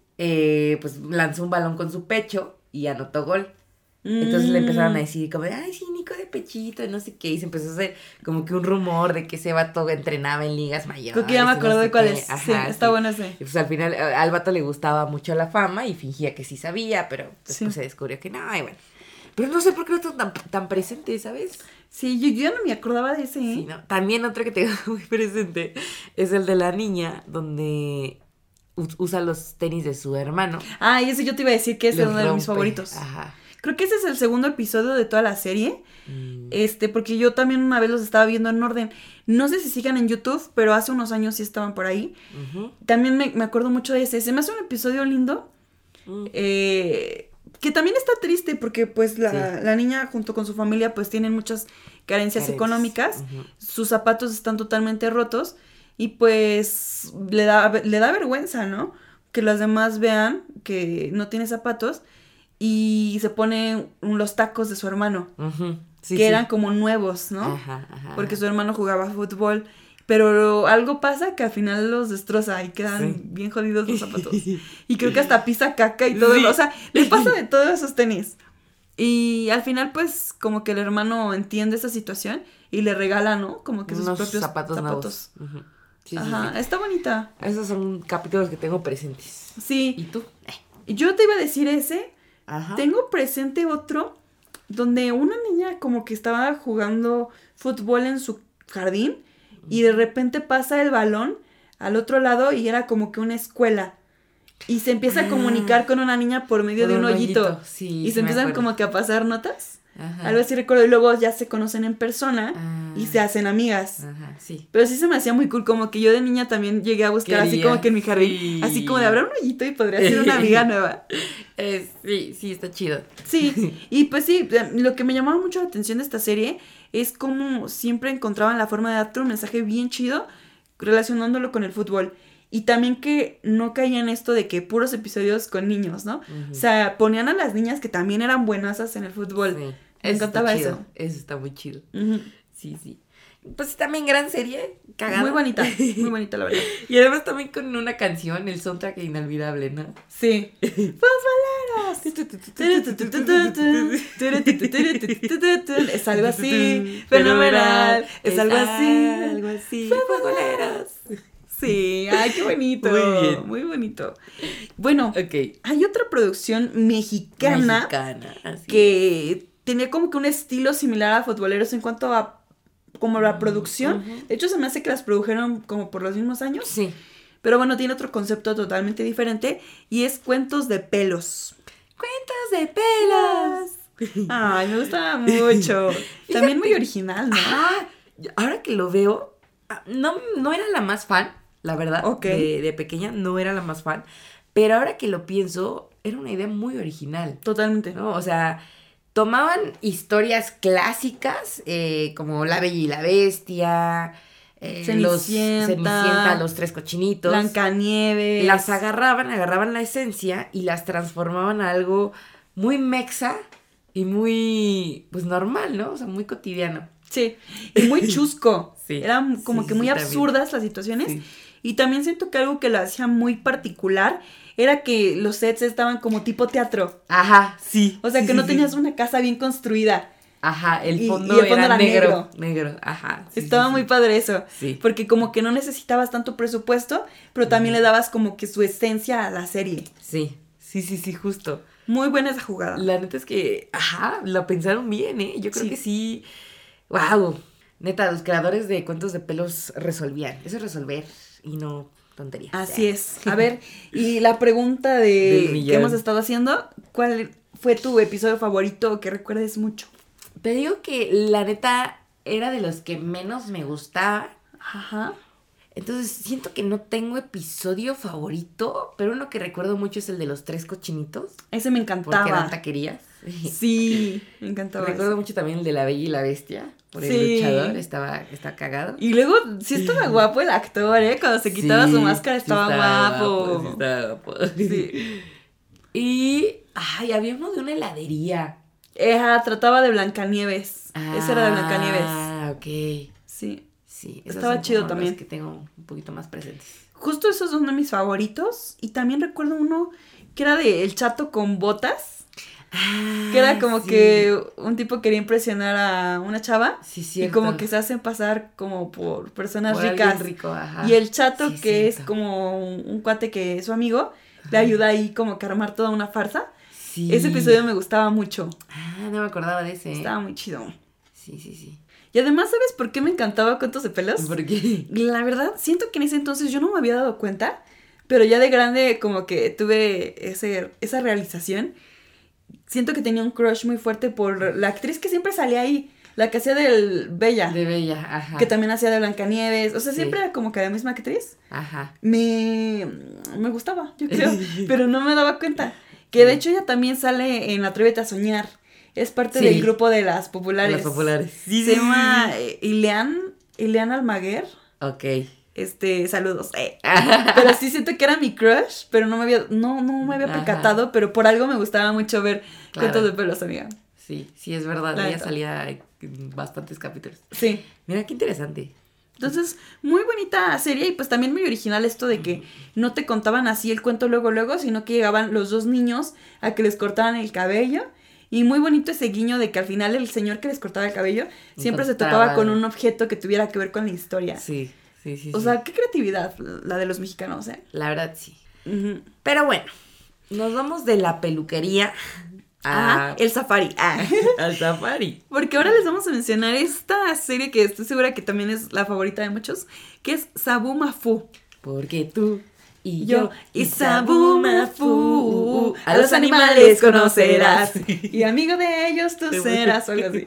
eh, pues lanzó un balón con su pecho y anotó gol. Entonces le empezaron a decir como, de, ay, sí, Nico de Pechito, no sé qué, y se empezó a hacer como que un rumor de que ese vato entrenaba en ligas mayores. Creo que ya me y no acuerdo sé de cuál qué. es. Ajá, Sí, está sí. bueno ese. Y pues al final eh, al vato le gustaba mucho la fama y fingía que sí sabía, pero después Sí. se descubrió que no, y bueno. Pero no sé por qué no está tan, tan presente, ¿sabes? Sí, yo, yo ya no me acordaba de ese, ¿eh? Sí, no. También otro que tengo muy presente es el de la niña, donde us- usa los tenis de su hermano. Ah, y ese yo te iba a decir que es Los uno de mis rompe. favoritos. Ajá. Creo que ese es el segundo episodio de toda la serie. Mm. Este, porque yo también una vez los estaba viendo en orden. No sé si sigan en YouTube, pero hace unos años sí estaban por ahí. Ujú. También me, me acuerdo mucho de ese. Se me hace un episodio lindo. Mm. eh, que también está triste porque pues la, Sí. la niña junto con su familia pues tienen muchas carencias Carencias. económicas. Ujú. Sus zapatos están totalmente rotos. y pues le da, le da vergüenza, ¿no? Que los demás vean que no tiene zapatos y se pone los tacos de su hermano, Uh-huh. Sí, que sí. eran como nuevos, ¿no? Ajá, ajá. Porque su hermano jugaba fútbol, pero algo pasa que al final los destroza y quedan Sí. bien jodidos los zapatos. Y creo que hasta pisa caca y todo, Sí. o sea, le pasa de todos esos tenis. Y al final, pues, como que el hermano entiende esa situación y le regala, ¿no? Como que sus Unos propios zapatos, zapatos. nuevos. Ujú. Sí, sí, Ajá, sí. está bonita. Esos son capítulos que tengo presentes. ¿Y Sí, tú? yo te iba a decir ese. Ajá. Tengo presente otro donde una niña como que estaba jugando fútbol en su jardín y de repente pasa el balón al otro lado y era como que una escuela. Y se empieza a Ah. comunicar con una niña por medio Por de un un hoyito. hoyito, sí, y sí se me empiezan acuerdo. como que a pasar notas. Ajá. Algo así recuerdo. Y luego ya se conocen en persona Ah. y se hacen amigas. Ajá, sí. Pero sí se me hacía muy cool, como que yo de niña también llegué a buscar así Quería, como que en mi jardín, sí. así como de habrá un hoyito y podría ser una amiga nueva. Eh, sí, sí, está chido. Sí, y pues sí, eh, lo que me llamaba mucho la atención de esta serie es cómo siempre encontraban la forma de darte un mensaje bien chido relacionándolo con el fútbol. Y también que no caía en esto de que puros episodios con niños, ¿no? Ujú. O sea, ponían a las niñas que también eran buenasas en el fútbol. Sí. Me Eso encantaba está chido. eso. Eso está muy chido. Ujú. Sí, sí. Pues sí, también gran serie. Cagada. Muy bonita, muy bonita la verdad. Y además también con una canción, el soundtrack inolvidable, ¿no? Sí. ¡Fútboleros! Es algo así, fenomenal. Es algo así. Algo así. Futboleros. Sí, ay, qué bonito. Muy bien. Muy bonito. Bueno, Ok. hay otra producción mexicana, Mexicana. Así. que tenía como que un estilo similar a Futboleros en cuanto a como la producción. Ujú. De hecho, se me hace que las produjeron como por los mismos años. Sí. Pero bueno, tiene otro concepto totalmente diferente y es Cuentos de Pelos. Cuentos de pelos. Ay, me gustaba mucho. También muy original, ¿no? Ah, ahora que lo veo, ah, no, no era la más fan, la verdad. Ok. De, de pequeña no era la más fan. Pero ahora que lo pienso, era una idea muy original, Totalmente. ¿no? O sea, tomaban historias clásicas, eh, como La Bella y la Bestia, eh, los Cenicienta. Cenicienta, los Tres Cochinitos. Blancanieves. Las agarraban, agarraban la esencia y las transformaban a algo muy mexa y muy, pues normal, ¿no? O sea, muy cotidiano. Sí, y muy chusco. Sí. Eran como Sí, que sí, muy sí, también. absurdas las situaciones. Sí. Y también siento que algo que lo hacía muy particular era que los sets estaban como tipo teatro. Ajá, sí. O sea, sí, que sí, no sí. tenías una casa bien construida. Ajá, el y- fondo, y el fondo era, era negro. Negro, ajá. sí, Estaba sí, muy sí. padre eso. Sí. Porque como que no necesitabas tanto presupuesto, pero también le dabas como que su esencia a la serie. Sí, sí, sí, sí, justo. Muy buena esa jugada. La neta es que, ajá, lo pensaron bien, ¿eh? Yo creo Sí. que sí. Wow. Neta, los creadores de Cuentos de Pelos resolvían. Eso es resolver y no tonterías. Así es. A ver, y la pregunta Del de millón. que hemos estado haciendo, ¿cuál fue tu episodio favorito que recuerdes mucho? Te digo que la neta era de los que menos me gustaba. Ajá. Entonces siento que no tengo episodio favorito, pero uno que recuerdo mucho es el de los Tres Cochinitos, Ese me porque encantaba. eran taquerías. Sí, me encantaba. Recuerdo ese. mucho también el de la Bella y la Bestia, por el Sí. luchador, estaba, estaba cagado. Y luego, sí estaba guapo el actor, ¿eh? Cuando se quitaba Sí, su máscara sí estaba, guapo. sí estaba guapo. Sí. Y, ay, había uno de una heladería. Ella trataba de Blancanieves. Ese era de Blancanieves. Ah, ok. Sí. Sí, esos Estaba son chido como los también. que tengo un poquito más presentes. Justo esos son uno de mis favoritos. Y también recuerdo uno que era de El Chato con botas. Ah, Que era como sí. que un tipo quería impresionar a una chava. Sí, Y cierto. como que se hacen pasar como por personas Por alguien ricas. rico, ajá. Y el chato, Sí, que es cierto. como un, un cuate que es su amigo, le ayuda ahí como que a armar toda una farsa. Sí. Ese episodio me gustaba mucho. Ah, no me acordaba de ese. Estaba muy chido. Sí, sí, sí. Y además, ¿sabes por qué me encantaba Cuentos de Pelos? ¿Por qué? La verdad, siento que en ese entonces yo no me había dado cuenta, pero ya de grande como que tuve ese, esa realización. Siento que tenía un crush muy fuerte por la actriz que siempre salía ahí, la que hacía del Bella, De Bella, ajá. que también hacía de Blancanieves. O sea, Sí. siempre era como que la misma actriz. Ajá. Me, me gustaba, yo creo, pero no me daba cuenta. Que de hecho ella también sale en Atrévete a Soñar. Es parte Sí. del grupo de las populares. Las populares. Se llama eh, Ileán, Ileán Almaguer. Ok. Este, saludos. Eh. Pero sí siento que era mi crush, pero no me había, no, no me había percatado, Ajá. pero por algo me gustaba mucho ver claro. Cuentos de Pelos, amiga. Sí, sí, es verdad. La ella neta. salía en bastantes capítulos. Sí. Mira, qué interesante. Entonces, muy bonita serie y pues también muy original esto de que no te contaban así el cuento luego, luego, sino que llegaban los dos niños a que les cortaran el cabello. Y muy bonito ese guiño de que al final el señor que les cortaba el cabello siempre se topaba con un objeto que tuviera que ver con la historia. Sí, sí, sí. O sí. sea, qué creatividad la de los mexicanos, ¿eh? La verdad, sí. Uh-huh. Pero bueno, nos vamos de la peluquería a... Ah, el safari. Ah. Al safari. Porque ahora les vamos a mencionar esta serie que estoy segura que también es la favorita de muchos, que es Sabu Mafu. Porque tú y yo, yo y Sabu Mafu, a los animales conocerás, y amigo de ellos tú serás, o algo así.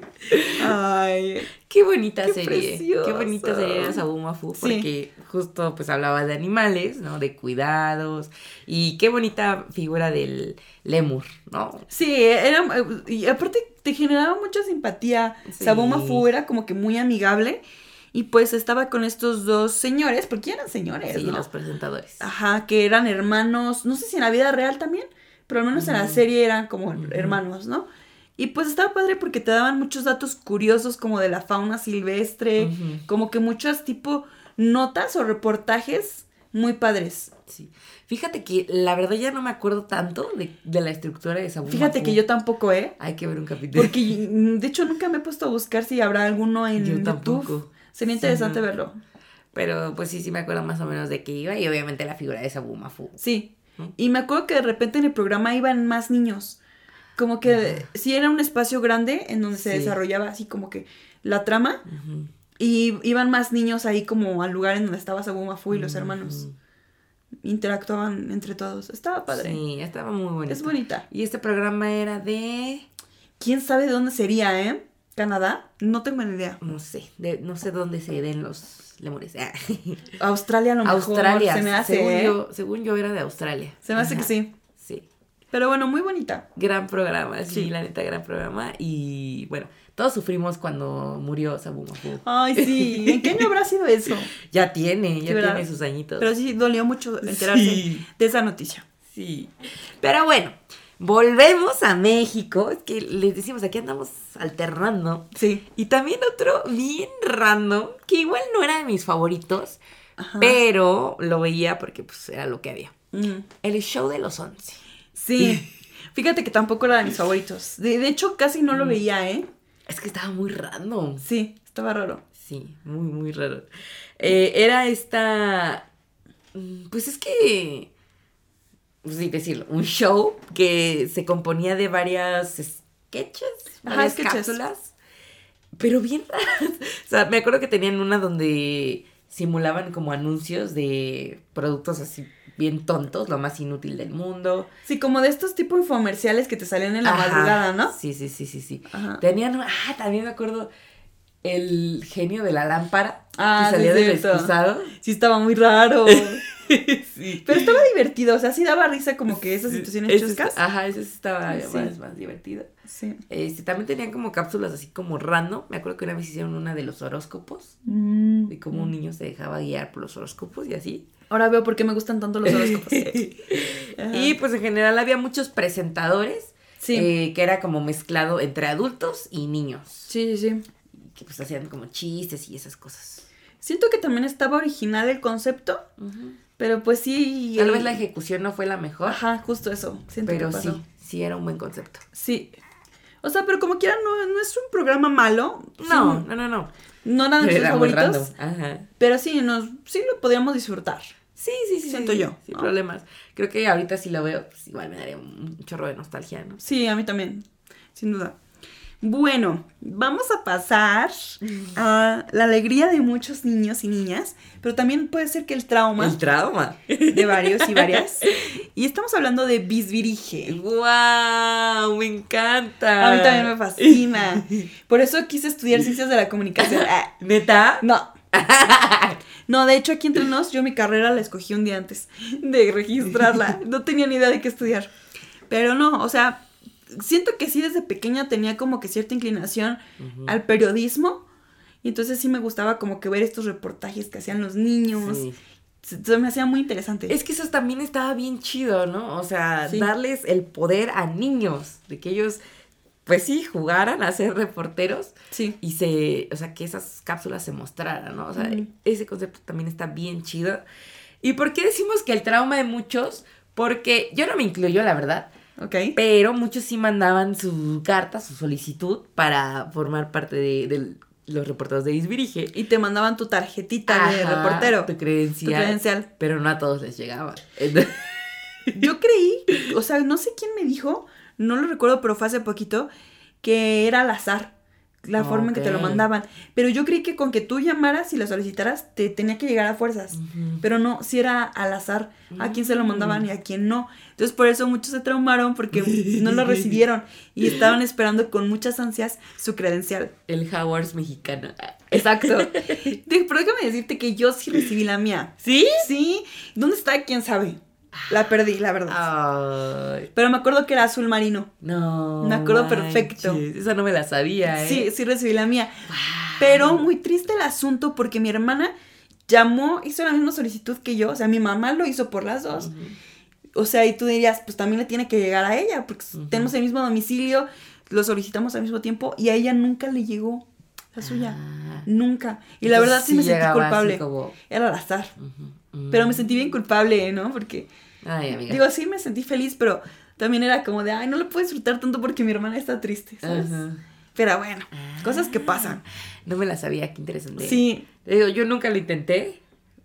Ay, qué bonita qué serie. precioso. Qué bonita serie era Sabu Mafu, porque sí. justo pues hablaba de animales, ¿no? De cuidados, y qué bonita figura del lémur, ¿no? Sí, era, y aparte te generaba mucha simpatía. Sí. Sabu Mafu era como que muy amigable. Y pues estaba con estos dos señores, porque eran señores, sí, ¿no? los presentadores. Ajá, que eran hermanos, no sé si en la vida real también, pero al menos uh-huh. en la serie eran como uh-huh. hermanos, ¿no? Y pues estaba padre porque te daban muchos datos curiosos como de la fauna silvestre, uh-huh. como que muchos tipo notas o reportajes muy padres. Sí. Fíjate que la verdad ya no me acuerdo tanto de, de la estructura de Sabu Fíjate Mafu. que yo tampoco, ¿eh? Hay que ver un capítulo. Porque de hecho nunca me he puesto a buscar si habrá alguno en yo YouTube. Tampoco. Sería interesante sí. verlo. Pero pues sí, sí me acuerdo más o menos de qué iba y obviamente la figura de Sabu Mafu. Sí. ¿Mm? Y me acuerdo que de repente en el programa iban más niños. Como que uh-huh. sí era un espacio grande en donde se sí. desarrollaba así como que la trama. Uh-huh. Y iban más niños ahí como al lugar en donde estaba Sabu Mafu y uh-huh. los hermanos. Interactuaban entre todos. Estaba padre. Sí, estaba muy bonita. Es bonita. Y este programa era de... ¿Quién sabe de dónde sería, eh? ¿Canadá? No tengo ni idea. No sé, de, no sé dónde se den los lemures. Australia a lo mejor. Australia, se me hace, según, ¿eh? yo, según yo era de Australia. Se me hace Ajá. que sí. Sí. Pero bueno, muy bonita. Gran programa, sí, sí, la neta, gran programa. Y bueno, todos sufrimos cuando murió Sabu Mafu. Ay, sí. ¿En qué año habrá sido eso? Ya tiene, ya sí, tiene sus añitos. Pero sí, dolió mucho enterarse sí. de esa noticia. Sí. Pero bueno. Volvemos a México, es que les decimos, aquí andamos alternando. Sí. Y también otro bien random, que igual no era de mis favoritos, Ajá. pero lo veía porque pues era lo que había. Mm. El show de los once. Sí. Fíjate que tampoco era de mis favoritos. De, de hecho, casi no lo veía, ¿eh? Es que estaba muy random. Sí, estaba raro. Sí, muy, muy raro. Eh, era esta... Pues es que... sí, decirlo, un show que se componía de varias sketches, Ajá, varias sketches. cápsulas, pero bien raras. O sea, me acuerdo que tenían una donde simulaban como anuncios de productos así bien tontos, lo más inútil del mundo. Sí, como de estos tipos infomerciales que te salían en la Ajá. madrugada, ¿no? Sí, sí, sí, sí, sí. Ajá. Tenían, ah, también me acuerdo el genio de la lámpara ah, que salía sí, del excusado. Sí, estaba muy raro. Sí. Pero estaba divertido, o sea, sí daba risa como que esas situaciones ese chuscas. Está, ajá, eso estaba sí. más, más divertido. Sí. Este, también tenían como cápsulas así como random. Me acuerdo que una vez hicieron una de los horóscopos. Mm. De cómo un niño se dejaba guiar por los horóscopos y así. Ahora veo por qué me gustan tanto los horóscopos. Y pues en general había muchos presentadores. Sí. Eh, que era como mezclado entre adultos y niños. Sí, sí, sí. Que pues hacían como chistes y esas cosas. Siento que también estaba original el concepto. Uh-huh. Pero pues sí... Tal el... vez la ejecución no fue la mejor. Ajá, justo eso. Siento pero que pasó. sí, sí era un buen concepto. Sí. O sea, pero como quiera, no, no es un programa malo. No, sí, no, no, no. No eran de sus favoritos. Ajá. Pero sí, nos, sí lo podríamos disfrutar. Sí, sí, sí. Siento sí, yo. Sin ¿no? problemas. Creo que ahorita si lo veo, pues igual me daría un chorro de nostalgia, ¿no? Sí, a mí también. Sin duda. Bueno, vamos a pasar a la alegría de muchos niños y niñas, pero también puede ser que el trauma. El trauma. De varios y varias. Y estamos hablando de Bisbirige. ¡Guau! ¡Me encanta! A mí también me fascina. Por eso quise estudiar ciencias de la comunicación. ¿Neta? No. No, de hecho aquí entre nos, yo mi carrera la escogí un día antes de registrarla. No tenía ni idea de qué estudiar. Pero no, o sea... Siento que sí desde pequeña tenía como que cierta inclinación uh-huh. al periodismo Y entonces sí me gustaba como que ver estos reportajes que hacían los niños. Sí. Se, se me hacía muy interesante. Es que eso también estaba bien chido, ¿no? O sea, Sí. darles el poder a niños, de que ellos, pues sí, jugaran a ser reporteros Sí. y se, o sea, que esas cápsulas se mostraran, ¿no? O sea, Ujú. ese concepto también está bien chido. ¿Y por qué decimos que el trauma de muchos? Porque yo no me incluyo, la verdad, Ok. pero muchos sí mandaban su carta, su solicitud para formar parte de, de los reporteros de Isvirige. Y te mandaban tu tarjetita de Ajá, reportero. Tu credencial. Tu credencial. Pero no a todos les llegaba. Entonces, Yo creí, o sea, no sé quién me dijo, no lo recuerdo, pero fue hace poquito, que era al azar la forma en que te lo Ok. mandaban. Pero yo creí que con que tú llamaras y lo solicitaras, te tenía que llegar a fuerzas. Ujú. Pero no, si era al azar a quién se lo mandaban Mm. y a quién no. Entonces por eso muchos se traumaron porque no lo recibieron y estaban esperando con muchas ansias su credencial. El Howards mexicano. Exacto. De- Pero déjame decirte que yo sí recibí la mía. ¿Sí? Sí. ¿Dónde está? ¿Quién sabe? La perdí, la verdad. Ay, Pero me acuerdo que era azul marino. no. Me acuerdo perfecto. manches, Esa no me la sabía, ¿eh? Sí, sí recibí la mía. Pero muy triste el asunto porque mi hermana llamó, hizo la misma solicitud que yo. O sea, mi mamá lo hizo por las dos. Ujú. O sea, y tú dirías, pues también le tiene que llegar a ella, porque Ujú. tenemos el mismo domicilio, lo solicitamos al mismo tiempo y a ella nunca le llegó la suya. Ah. Nunca. Y la verdad sí, me sentí llegaba así culpable. como, Era al azar. ujú, Pero me mm. sentí bien culpable, ¿no? Porque, Ay, amiga. digo, sí me sentí feliz, pero también era como de, ay, no lo puedo disfrutar tanto porque mi hermana está triste, ¿sabes? Ajá. Pero bueno, Ah. cosas que pasan. No me la sabía, qué interesante. Sí, Te digo, yo nunca lo intenté,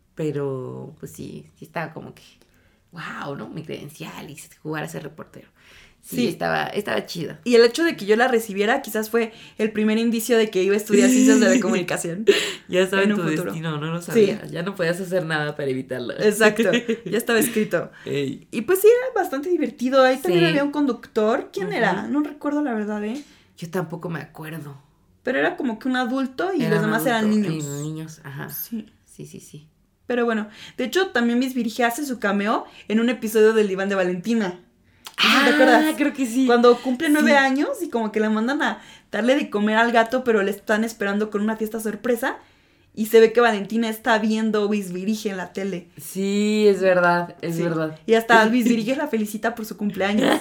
pero pues sí, sí estaba como que, wow, ¿no? Mi credencial y jugar a ser reportero. Sí, Sí. estaba, estaba chido. y el hecho de que yo la recibiera quizás fue el primer indicio de que iba a estudiar ciencias de la comunicación. Ya sabes En un tu futuro. destino, no lo sabías. Ya no podías hacer nada para evitarlo. Exacto, ya estaba escrito. Ey. Y pues sí, era bastante divertido. Ahí también Sí. había un conductor. ¿Quién Ujú. era? No recuerdo la verdad, ¿eh? Yo tampoco me acuerdo. Pero era como que un adulto y Era los un demás eran adulto. niños. Y niños, ajá. Sí. Sí, sí, sí. Pero bueno, de hecho también Miss Virgie hace su cameo en un episodio del Diván de Valentina. No sé si ¿Te acuerdas? creo que sí. Cuando cumple nueve Sí. años y como que la mandan a darle de comer al gato, pero le están esperando con una fiesta sorpresa. Y se ve que Valentina está viendo Miss Virgie en la tele. Sí, es verdad, es Sí. verdad. Y hasta Miss Virgie la felicita por su cumpleaños.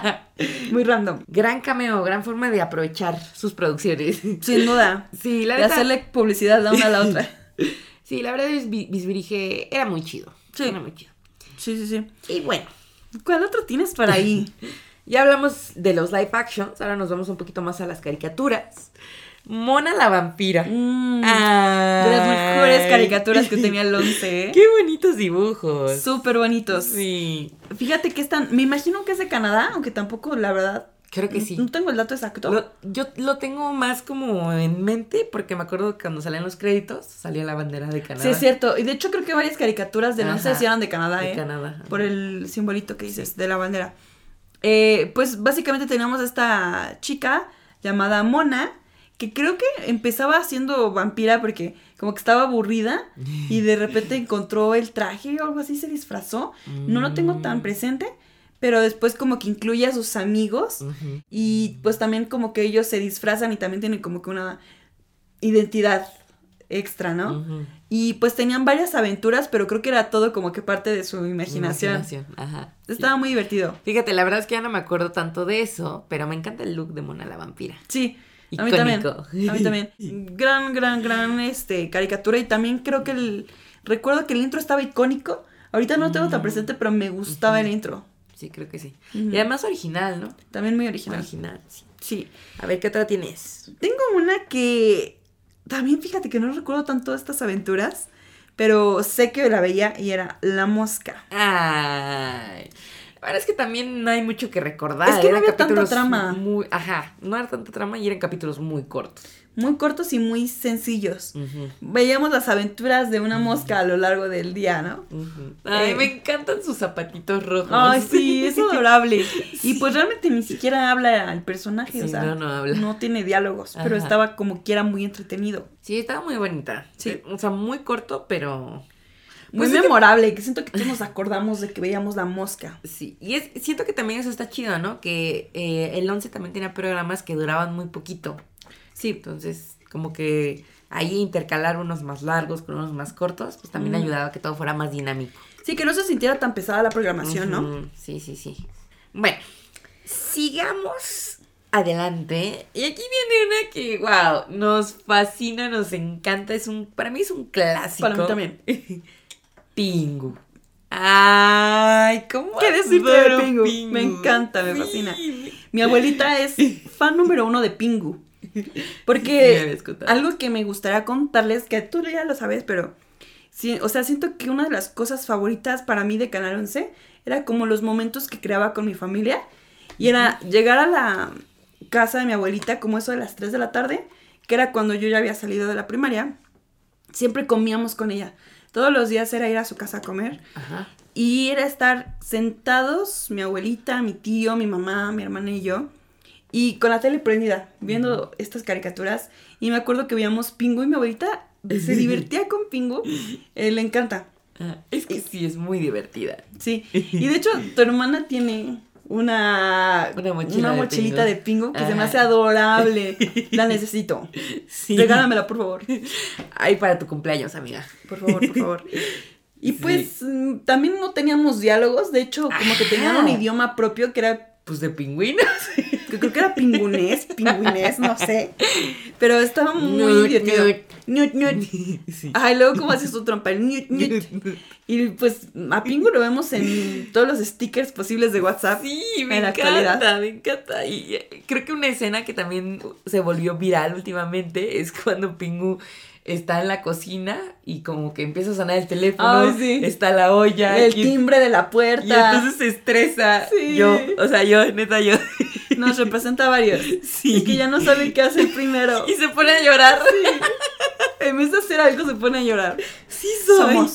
Muy random. Gran cameo, gran forma de aprovechar sus producciones. Sin duda. Sí, la De neta. hacerle publicidad la una a la otra. Sí, la verdad es que Bisbirige era muy chido. Sí. Era muy chido. Sí, sí, sí. Y bueno, ¿Cuál otro tienes por ahí? ya hablamos de los live actions. Ahora nos vamos un poquito más a las caricaturas. Mona la vampira. Mm, Ay. de las mejores caricaturas que tenía el once, ¿eh? Qué bonitos dibujos. Súper bonitos. Sí. Fíjate que están, me imagino que es de Canadá, aunque tampoco, la verdad, Creo que sí. no tengo el dato exacto. Lo- yo lo tengo más como en mente porque me acuerdo que cuando salían los créditos salía la bandera de Canadá. Sí, es cierto. Y de hecho creo que varias caricaturas de no sé Ajá. si eran de Canadá, De ¿eh? Canadá. Por el simbolito que dices de la bandera. Eh, pues básicamente teníamos esta chica llamada Mona, que creo que empezaba siendo vampira porque como que estaba aburrida y de repente encontró el traje o algo así, se disfrazó. No lo tengo tan Mm. presente, pero después como que incluye a sus amigos Ujú. y pues también como que ellos se disfrazan y también tienen como que una identidad extra, ¿no? Ujú. Y pues tenían varias aventuras, pero creo que era todo como que parte de su imaginación. Imaginación, ajá. sí. Estaba muy divertido. Fíjate, la verdad es que ya no me acuerdo tanto de eso, pero me encanta el look de Mona la vampira. Sí, a mí también. Icónico. A mí también. Gran, gran, gran este, caricatura. Y también creo que el... Recuerdo que el intro estaba icónico. Ahorita no lo tengo tan Mm. presente, pero me gustaba el intro. Sí, creo que sí. Ujú. Y además original, ¿no? También muy original. Original, sí. Sí. A ver, ¿qué otra tienes? Tengo una que... También fíjate que no recuerdo tanto estas aventuras, pero sé que la veía y era La Mosca. Ay. La verdad es que también no hay mucho que recordar. Es que no eran había tanta capítulos trama. Muy, ajá, no era tanta trama y eran capítulos muy cortos. Muy cortos y muy sencillos. Ujú, Veíamos las aventuras de una mosca a lo largo del día, ¿no? ujú. Ay, Eh. me encantan sus zapatitos rojos. Ay, sí, es adorable. Y pues realmente ni siquiera habla el personaje, Sí, o sea, no, no habla. no tiene diálogos, pero Ajá. estaba como que era muy entretenido. Sí, estaba muy bonita. Sí. Eh, O sea, muy corto, pero... Muy Pues es que- memorable, que... siento que todos nos acordamos de que veíamos La Mosca. Sí, y es, siento que también eso está chido, ¿no? Que eh, el once también tenía programas que duraban muy poquito. Sí, Entonces, como que ahí intercalar unos más largos con unos más cortos, pues también Mm. ayudaba a que todo fuera más dinámico. Sí, que no se sintiera tan pesada la programación, ¿no? Ujú, sí, sí, sí. Bueno, sigamos adelante. Y aquí viene una que, wow, nos fascina, nos encanta. Es un, para mí es un clásico. Para mí también. Pingu. Ay, ¿cómo ¿Qué decirte de adoro Pingu? Pingu? Me encanta, me Sí. fascina. Mi abuelita es fan número uno de Pingu. Sí, me Porque habías contado. algo que me gustaría contarles, que tú ya lo sabes, pero sí, o sea, siento que una de las cosas favoritas para mí de Canal once era como los momentos que creaba con mi familia. Y era llegar a la casa de mi abuelita como eso de las tres de la tarde, que era cuando yo ya había salido de la primaria. Siempre comíamos con ella. Todos los días era ir a su casa a comer. Ajá. Y era estar sentados, mi abuelita, mi tío, mi mamá, mi hermana y yo, y con la tele prendida, viendo estas caricaturas. Y me acuerdo que veíamos Pingu y mi abuelita se divertía con Pingu. Eh, le encanta. Ah, es que sí, es muy divertida. Sí. Y de hecho, tu hermana tiene una, Una mochila de mochilita Pingu. de Pingu que se me Ajá. hace adorable. La necesito. Sí. Regálamela, por favor. Ay, para tu cumpleaños, amiga. Por favor, por favor. Y Sí. pues mm, también no teníamos diálogos. De hecho, como que tenían un Ajá. idioma propio que era... Pues de pingüinos. que creo que era pingüinés, pingüinés, no sé. Pero estaba muy Ñut, divertido. ñut. Ñut, ñut. Sí. Ay, luego cómo hace su trompa, el ñut, ñut. Y pues a Pingu lo vemos en todos los stickers posibles de WhatsApp. Sí, me en la encanta, actualidad. me encanta. Y eh, creo que una escena que también se volvió viral últimamente es cuando Pingu está en la cocina y como que empieza a sonar el teléfono, Ay, sí. está la olla. El y, timbre de la puerta. y entonces se estresa. Sí. Yo, o sea, yo, neta, yo. Nos representa a varios. Sí. Y que ya no saben qué hacer primero. Y se pone a llorar. En vez de hacer algo se pone a llorar. Sí, soy. Somos.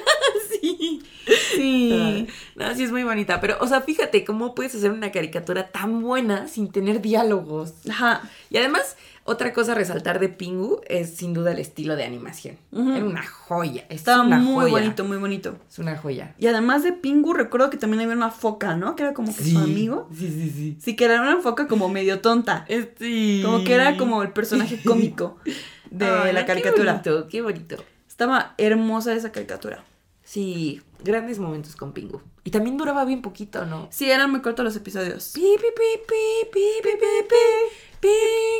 Sí. Sí. No, sí es muy bonita, pero, o sea, fíjate cómo puedes hacer una caricatura tan buena sin tener diálogos. Ajá. Y además, otra cosa a resaltar de Pingu es sin duda el estilo de animación. Ujú. Era una joya. Es Estaba una muy joya. bonito, muy bonito. Es una joya. Y además de Pingu, recuerdo que también había una foca, ¿no? Que era como que su amigo. Sí, sí, sí. Sí, que era una foca como medio tonta. Este... Como que era como el personaje cómico de Ay, la caricatura. Qué bonito, qué bonito. Estaba hermosa esa caricatura. Sí, grandes momentos con Pingu. Y también duraba bien poquito, ¿no? Sí, eran muy cortos los episodios. Pi, pi, pi, pi, pi, pi, pi,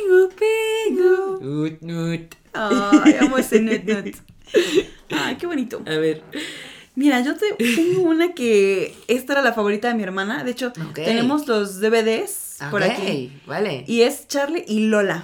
pi. Pingu, Pingu. Nut, nut. Ay, amo ese nut nut. Ay, qué bonito. A ver. Mira, yo te, tengo una que esta era la favorita de mi hermana. De hecho, Ok. tenemos los D V Ds por Ok, aquí. vale. Y es Charlie y Lola.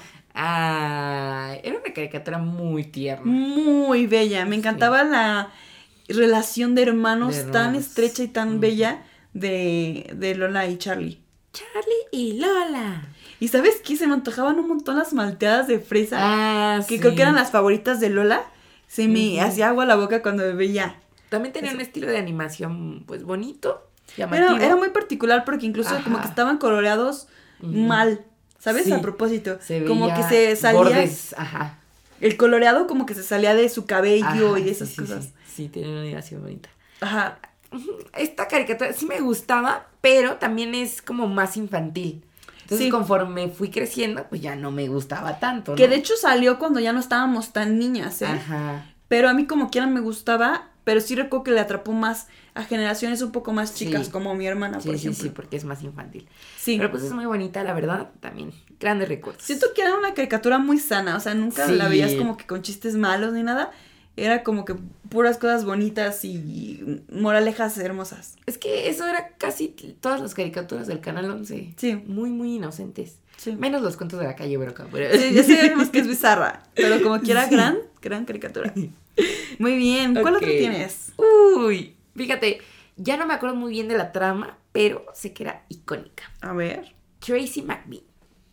Ah, era una caricatura muy tierna. Muy bella. Me encantaba la relación de hermanos, De tan hermanos. estrecha y tan Ujú. bella de, de Lola y Charlie. Charlie y Lola. ¿Y sabes qué? Se me antojaban un montón las malteadas de fresa. Ah, que sí. creo que eran las favoritas de Lola. Se me Ujú. hacía agua la boca cuando me veía. También tenía Eso. un estilo de animación, pues, bonito, llamativo. Pero era muy particular porque incluso Ajá. como que estaban coloreados Ujú. mal. ¿Sabes? Sí. A propósito. Se como veía que se salía. bordes, ajá. El coloreado como que se salía de su cabello Ajá, y de sí, esas sí, cosas. Sí, sí, tenía una animación bonita. Ajá. Esta caricatura sí me gustaba, pero también es como más infantil. Entonces, Sí. conforme fui creciendo, pues ya no me gustaba tanto, ¿no? Que de hecho salió cuando ya no estábamos tan niñas, ¿eh? Ajá. Pero a mí como quiera me gustaba, pero sí recuerdo que le atrapó más a generaciones un poco más chicas, Sí. como mi hermana, Sí, por sí, ejemplo. sí, porque es más infantil. Sí. Pero pues es muy bonita, la verdad, también. Grandes recuerdos. Siento que era una caricatura muy sana, o sea, nunca Sí. la veías como que con chistes malos ni nada. Era como que puras cosas bonitas y moralejas hermosas. Es que eso era casi todas las caricaturas del Canal once. Sí. Muy, muy inocentes. Sí. Menos los cuentos de la calle Broca. Pero... Sí, ya sabemos que es bizarra, pero como quiera, Sí. gran, gran caricatura. Muy bien, ¿cuál Ok. otro tienes? Uy, fíjate, ya no me acuerdo muy bien de la trama, pero sé que era icónica. A ver. Tracy McBean.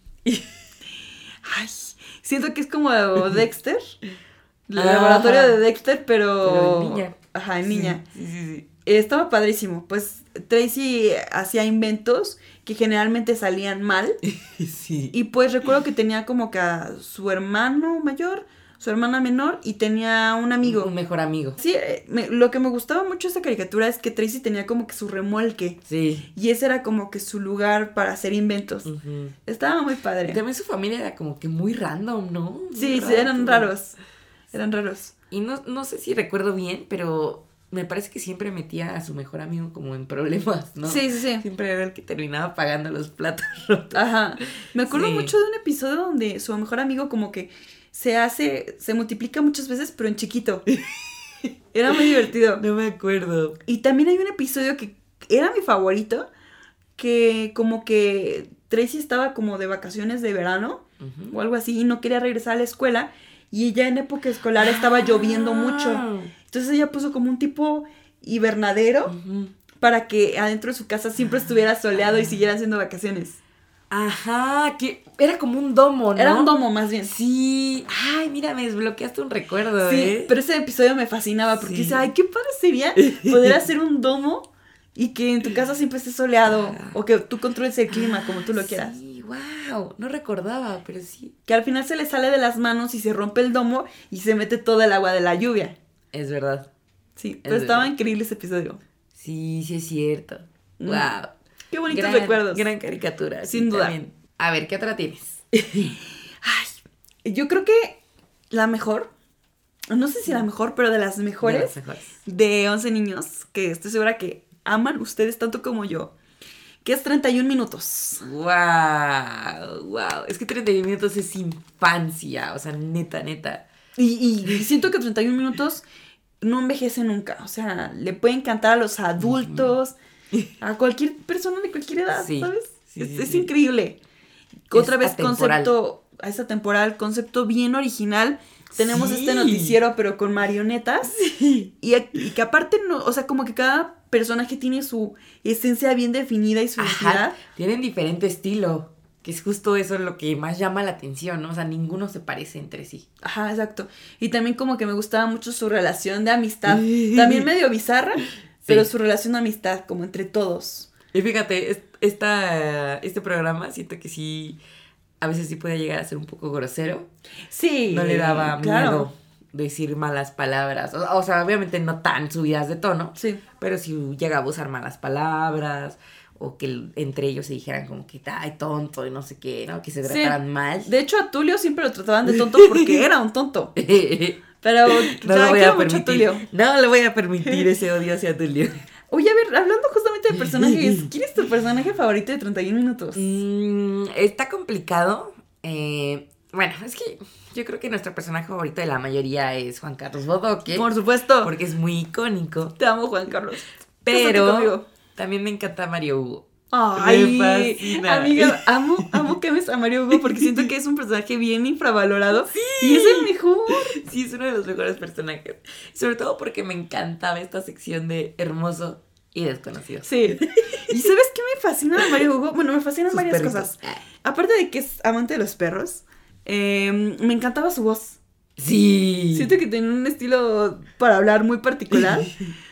Ay, siento que es como Dexter. El Ajá. laboratorio de Dexter, pero... Pero en niña. Ajá, en niña. Sí, sí, sí. Eh, Estaba padrísimo. Pues Tracy hacía inventos que generalmente salían mal. Sí. Y pues recuerdo que tenía como que a su hermano mayor su hermana menor y tenía un amigo. Un mejor amigo. Sí, eh, me- lo que me gustaba mucho de esta caricatura es que Tracy tenía como que su remolque. Sí. Y ese era como que su lugar para hacer inventos. Ujú. Estaba muy Y padre. también su familia era como que muy random, ¿no? Muy Sí, sí, raro eran todo. raros. Eran raros. Y no, no sé si recuerdo bien, pero me parece que siempre metía a su mejor amigo como en problemas, ¿no? Sí, sí, sí. Siempre era el que terminaba pagando los platos rotos. Ajá. Me acuerdo Sí. mucho de un episodio donde su mejor amigo como que se hace, se multiplica muchas veces, pero en chiquito. Era muy divertido. No me acuerdo. Y también hay un episodio que era mi favorito, que como que Tracy estaba como de vacaciones de verano Ujú. o algo así y no quería regresar a la escuela y ella en época escolar estaba lloviendo mucho. Ah. Entonces ella puso como un tipo hibernadero Ujú. para que adentro de su casa siempre estuviera soleado y siguiera haciendo vacaciones. Ajá, que era como un domo, ¿no? Era un domo más bien. Sí. Ay, mira, me desbloqueaste un recuerdo, Sí, ¿eh? pero ese episodio me fascinaba porque Sí. decía, ay, qué padre sería poder hacer un domo y que en tu casa siempre esté soleado o que tú controles el clima como tú lo quieras. Sí, wow. No recordaba, pero sí. Que al final se le sale de las manos y se rompe el domo y se mete todo el agua de la lluvia. Es verdad. Sí, pero Es estaba verdad. increíble ese episodio. Sí, sí es cierto. Mm. Wow. Qué bonitos Gran, recuerdos. Gran caricatura. Sin sí, duda. también. A ver, ¿qué otra tienes? Ay, yo creo que la mejor, no sé si la mejor, pero de las De mejores las mejores. de once niños, que estoy segura que aman ustedes tanto como yo, que es treinta y un minutos. Wow, wow. Es que treinta y uno minutos es infancia. O sea, neta, neta. Y, y- y siento que treinta y un minutos no envejece nunca. O sea, le puede encantar a los adultos, a cualquier persona de cualquier edad, Sí, ¿sabes? sí, es sí, es sí. increíble. Otra vez atemporal. concepto, a esa temporal, concepto bien original. Tenemos Sí. este noticiero, pero con marionetas. Y, y que aparte, no, o sea, como que cada personaje tiene su esencia bien definida y su identidad. Ajá. Tienen diferente estilo. Que es justo eso lo que más llama la atención, ¿no? O sea, ninguno se parece entre sí. Ajá, exacto. Y también como que me gustaba mucho su relación de amistad. También medio bizarra, pero su relación de amistad, como entre todos. Y fíjate, es- esta, este programa siento que sí, a veces sí puede llegar a ser un poco grosero. Sí. No le daba claro. miedo decir malas palabras. O, o sea, obviamente no tan subidas de tono, Sí. pero si llegaba a usar malas palabras o que el- entre ellos se dijeran como que, ay, tonto y no sé qué, ¿no? Que se Sí. trataran mal. De hecho, a Tulio siempre lo trataban de tonto porque era un tonto. Pero No ya, lo voy quiero a mucho a permitir. Tulio. No le voy a permitir ese odio hacia Tulio. Oye, a ver, hablando justamente de personajes, ¿quién es tu personaje favorito de treinta y un minutos? Mm, está complicado. Eh, bueno, es que yo creo que nuestro personaje favorito de la mayoría es Juan Carlos Bodoque. Por supuesto. Porque es muy icónico. Te amo, Juan Carlos. Cásate Pero conmigo. también me encanta Mario Hugo. Ay, Me fascina. amiga, amo, amo que ames a Mario Hugo porque siento que es un personaje bien infravalorado y es el mejor. Sí, es uno de los mejores personajes. Sobre todo porque me encantaba esta sección de hermoso y desconocido. Sí. ¿Y sabes qué me fascina de Mario Hugo? Bueno, me fascinan Sus varias perritos. cosas. Aparte de que es amante de los perros, eh, me encantaba su voz. Sí. Siento que tenía un estilo para hablar muy particular.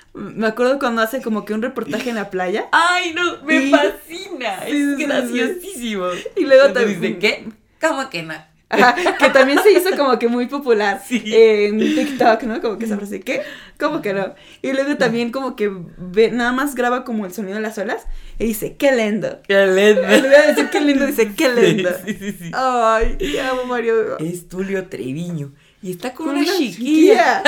Me acuerdo cuando hace como que un reportaje en la playa. Ay, no, me Sí. fascina. Sí, es sí, sí, graciosísimo. Y luego Cuando también- dice, ¿qué? ¿Cómo que no? Ajá, que también se hizo como que muy popular Sí. en TikTok, ¿no? Como que esa frase, ¿qué? ¿Cómo que no? Y luego también como que ve, nada más graba como el sonido de las olas y dice, ¡qué lindo! Qué lindo. En lugar de decir qué lindo, dice, ¡qué lindo! Sí, sí, sí. Ay, te amo, Mario Hugo. Es Tulio Treviño. Y está con, Con una, una chiquilla.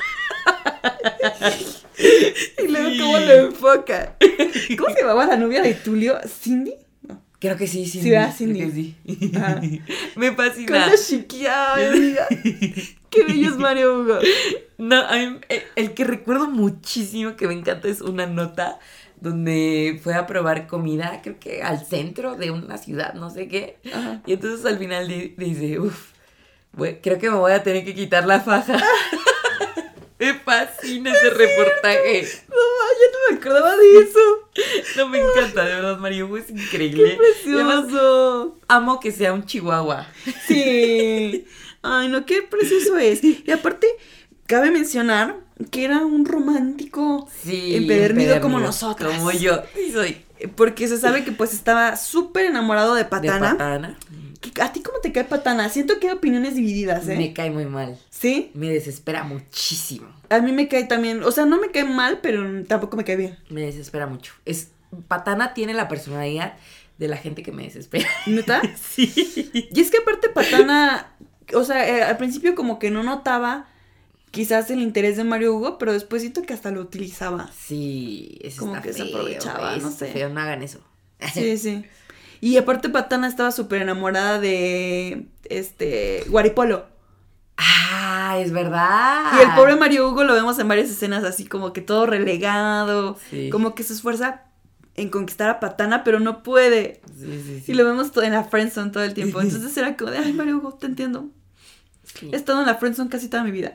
Y luego Sí. cómo lo enfoca. ¿Cómo se llamaba la novia de Tulio? ¿Cindy? No. Creo que sí, sí. Sí, ¿verdad? Cindy. Creo que sí. Ajá. Me Con fascina. la chiquilla, ay, amiga. Qué bello es Mario Hugo. No, a mí, el, el que recuerdo muchísimo que me encanta es una nota donde fue a probar comida, creo que al centro de una ciudad, no sé qué. Ajá. Y entonces al final di- dice, uff, creo que me voy a tener que quitar la faja. Me fascina ese reportaje. No, ya no me acordaba de eso. No, me encanta, de verdad, Mario Hugo es increíble. Qué Y además, precioso. amo que sea un chihuahua. Sí. Ay, no, qué precioso es. Y aparte, cabe mencionar que era un romántico Sí. empedernido como empedernido, nosotras. Como yo. Sí, soy. Porque se sabe que pues estaba súper enamorado de De Patana. Patana. ¿A ti cómo te cae Patana? Siento que hay opiniones divididas, ¿eh? Me cae muy mal. ¿Sí? Me desespera muchísimo. A mí me cae también, o sea, no me cae mal, pero tampoco me cae bien. Me desespera mucho. Es, Patana tiene la personalidad de la gente que me desespera. ¿Neta? Sí. Y es que aparte Patana, o sea, eh, al principio como que no notaba quizás el interés de Mario Hugo, pero después siento que hasta lo utilizaba. Sí, eso Como está que se feo, aprovechaba, güey, no está sé. feo, no hagan eso. Sí, sí. Y aparte Patana estaba súper enamorada de, este, Guaripolo. Ah, es verdad. Y el pobre Mario Hugo lo vemos en varias escenas así como que todo relegado, Sí. como que se esfuerza en conquistar a Patana, pero no puede. Sí, sí, sí. Y lo vemos todo en la friendzone todo el tiempo. Entonces era como de, ay, Mario Hugo, te entiendo. Sí. He estado en la friendzone casi toda mi vida.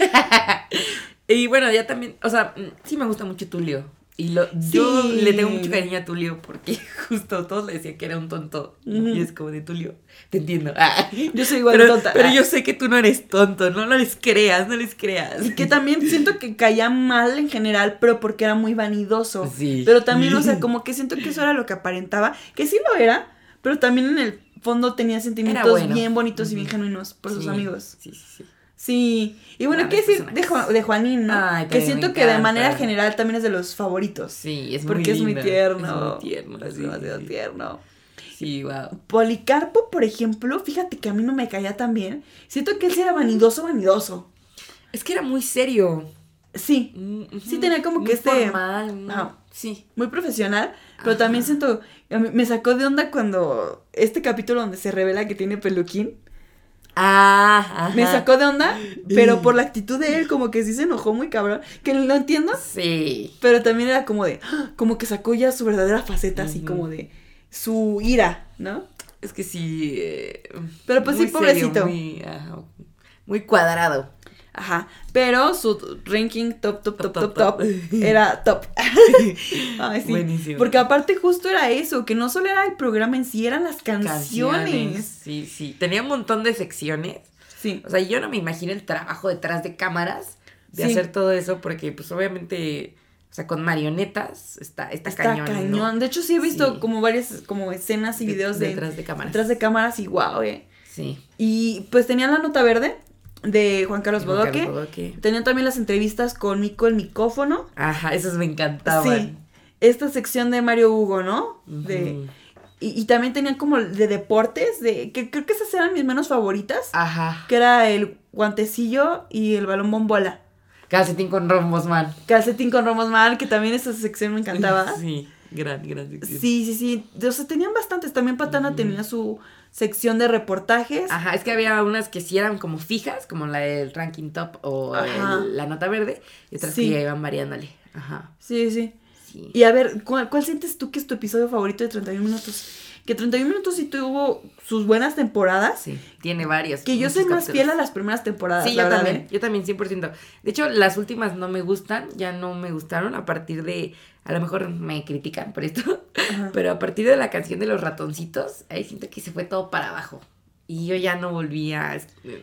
Y bueno, ya también, o sea, sí me gusta mucho Tulio. Y lo, yo Sí. le tengo mucho cariño a Tulio porque justo todos le decían que era un tonto. Ujú. Y es como de Tulio, te entiendo. Ah. Yo soy igual de pero, tonta. pero yo sé que tú no eres tonto, no, no les creas, no les creas. Y que también siento que caía mal en general, pero porque era muy vanidoso. Sí. Pero también, o sea, como que siento que eso era lo que aparentaba, que sí lo era, pero también en el fondo tenía sentimientos bueno. bien bonitos y bien Ujú. genuinos por sus Sí, amigos. Sí, sí, sí. Sí, y bueno, Grandes ¿qué decir de, personajes. Ju- de Juanín, no? Ay, que también siento me que de encanta. manera general también es de los favoritos. Sí, es porque muy es muy linda, tierno. Es muy tierno. Es sí, demasiado sí, sí. tierno. Sí, wow. Policarpo, por ejemplo, fíjate que a mí no me caía tan bien. Siento que él sí era vanidoso, vanidoso. Es que era muy serio. Sí, Mm, Sí ujú, tenía como que muy este- formal, muy- Ajá. Sí. muy profesional, pero Ajá. también siento, a mí me sacó de onda cuando este capítulo donde se revela que tiene peluquín, Ah, ajá. me sacó de onda, pero por la actitud de él como que sí se enojó muy cabrón, que lo entiendo, Sí. pero también era como de, ¡ah! Como que sacó ya su verdadera faceta, así Ujú. como de su ira, ¿no? Es que sí. eh, Pero pues sí, muy serio, pobrecito. muy, ajá, muy cuadrado. Ajá, pero su ranking top, top, top, top, Top, top, top, top. era top. Ay, sí. Buenísimo. Porque aparte justo era eso, que no solo era el programa en sí, eran las canciones. Sí, sí. Tenía un montón de secciones. Sí. O sea, yo no me imagino el trabajo detrás de cámaras de Sí. hacer todo eso, porque, pues, obviamente, o sea, con marionetas está, está, Está cañón. cañón. ¿no? De hecho, sí he visto Sí. como varias como escenas y De- videos de detrás de cámaras. detrás de cámaras y wow, eh. Sí. Y pues tenían la nota verde de Juan Carlos Juan Bodoque. Carlos Bodoque. Tenían también las entrevistas con Nico el micófono. Ajá, esos me encantaban. Sí. Esta sección de Mario Hugo, ¿no? De Ujú. y, y también tenían como de deportes, de que creo que esas eran mis menos favoritas, Ajá. que era el guantecillo y el balón bombola. Calcetín con rombos, man. Calcetín con Romos Mal, que también esa sección me encantaba. Sí, gran, gran sección. Sí, sí, sí. O sea, tenían bastantes. También Patana Ujú. tenía su sección de reportajes. Ajá, es que había unas que sí eran como fijas, como la del ranking top o Ajá. el- la nota verde, y otras Sí. que ya iban variándole. Ajá, Sí, sí. sí. Y a ver, ¿cuál, cuál sientes tú que es tu episodio favorito de treinta y un minutos? Que treinta y un minutos sí tuvo sus buenas temporadas. Sí, tiene varias. Que yo muchos soy más capítulos. fiel a las primeras temporadas. Sí, la yo verdad, también, ¿eh? yo también, cien por ciento. De hecho, las últimas no me gustan, ya no me gustaron a partir de, a lo mejor me critican por esto, Ajá. pero a partir de la canción de los ratoncitos, ahí siento que se fue todo para abajo. Y yo ya no volví a...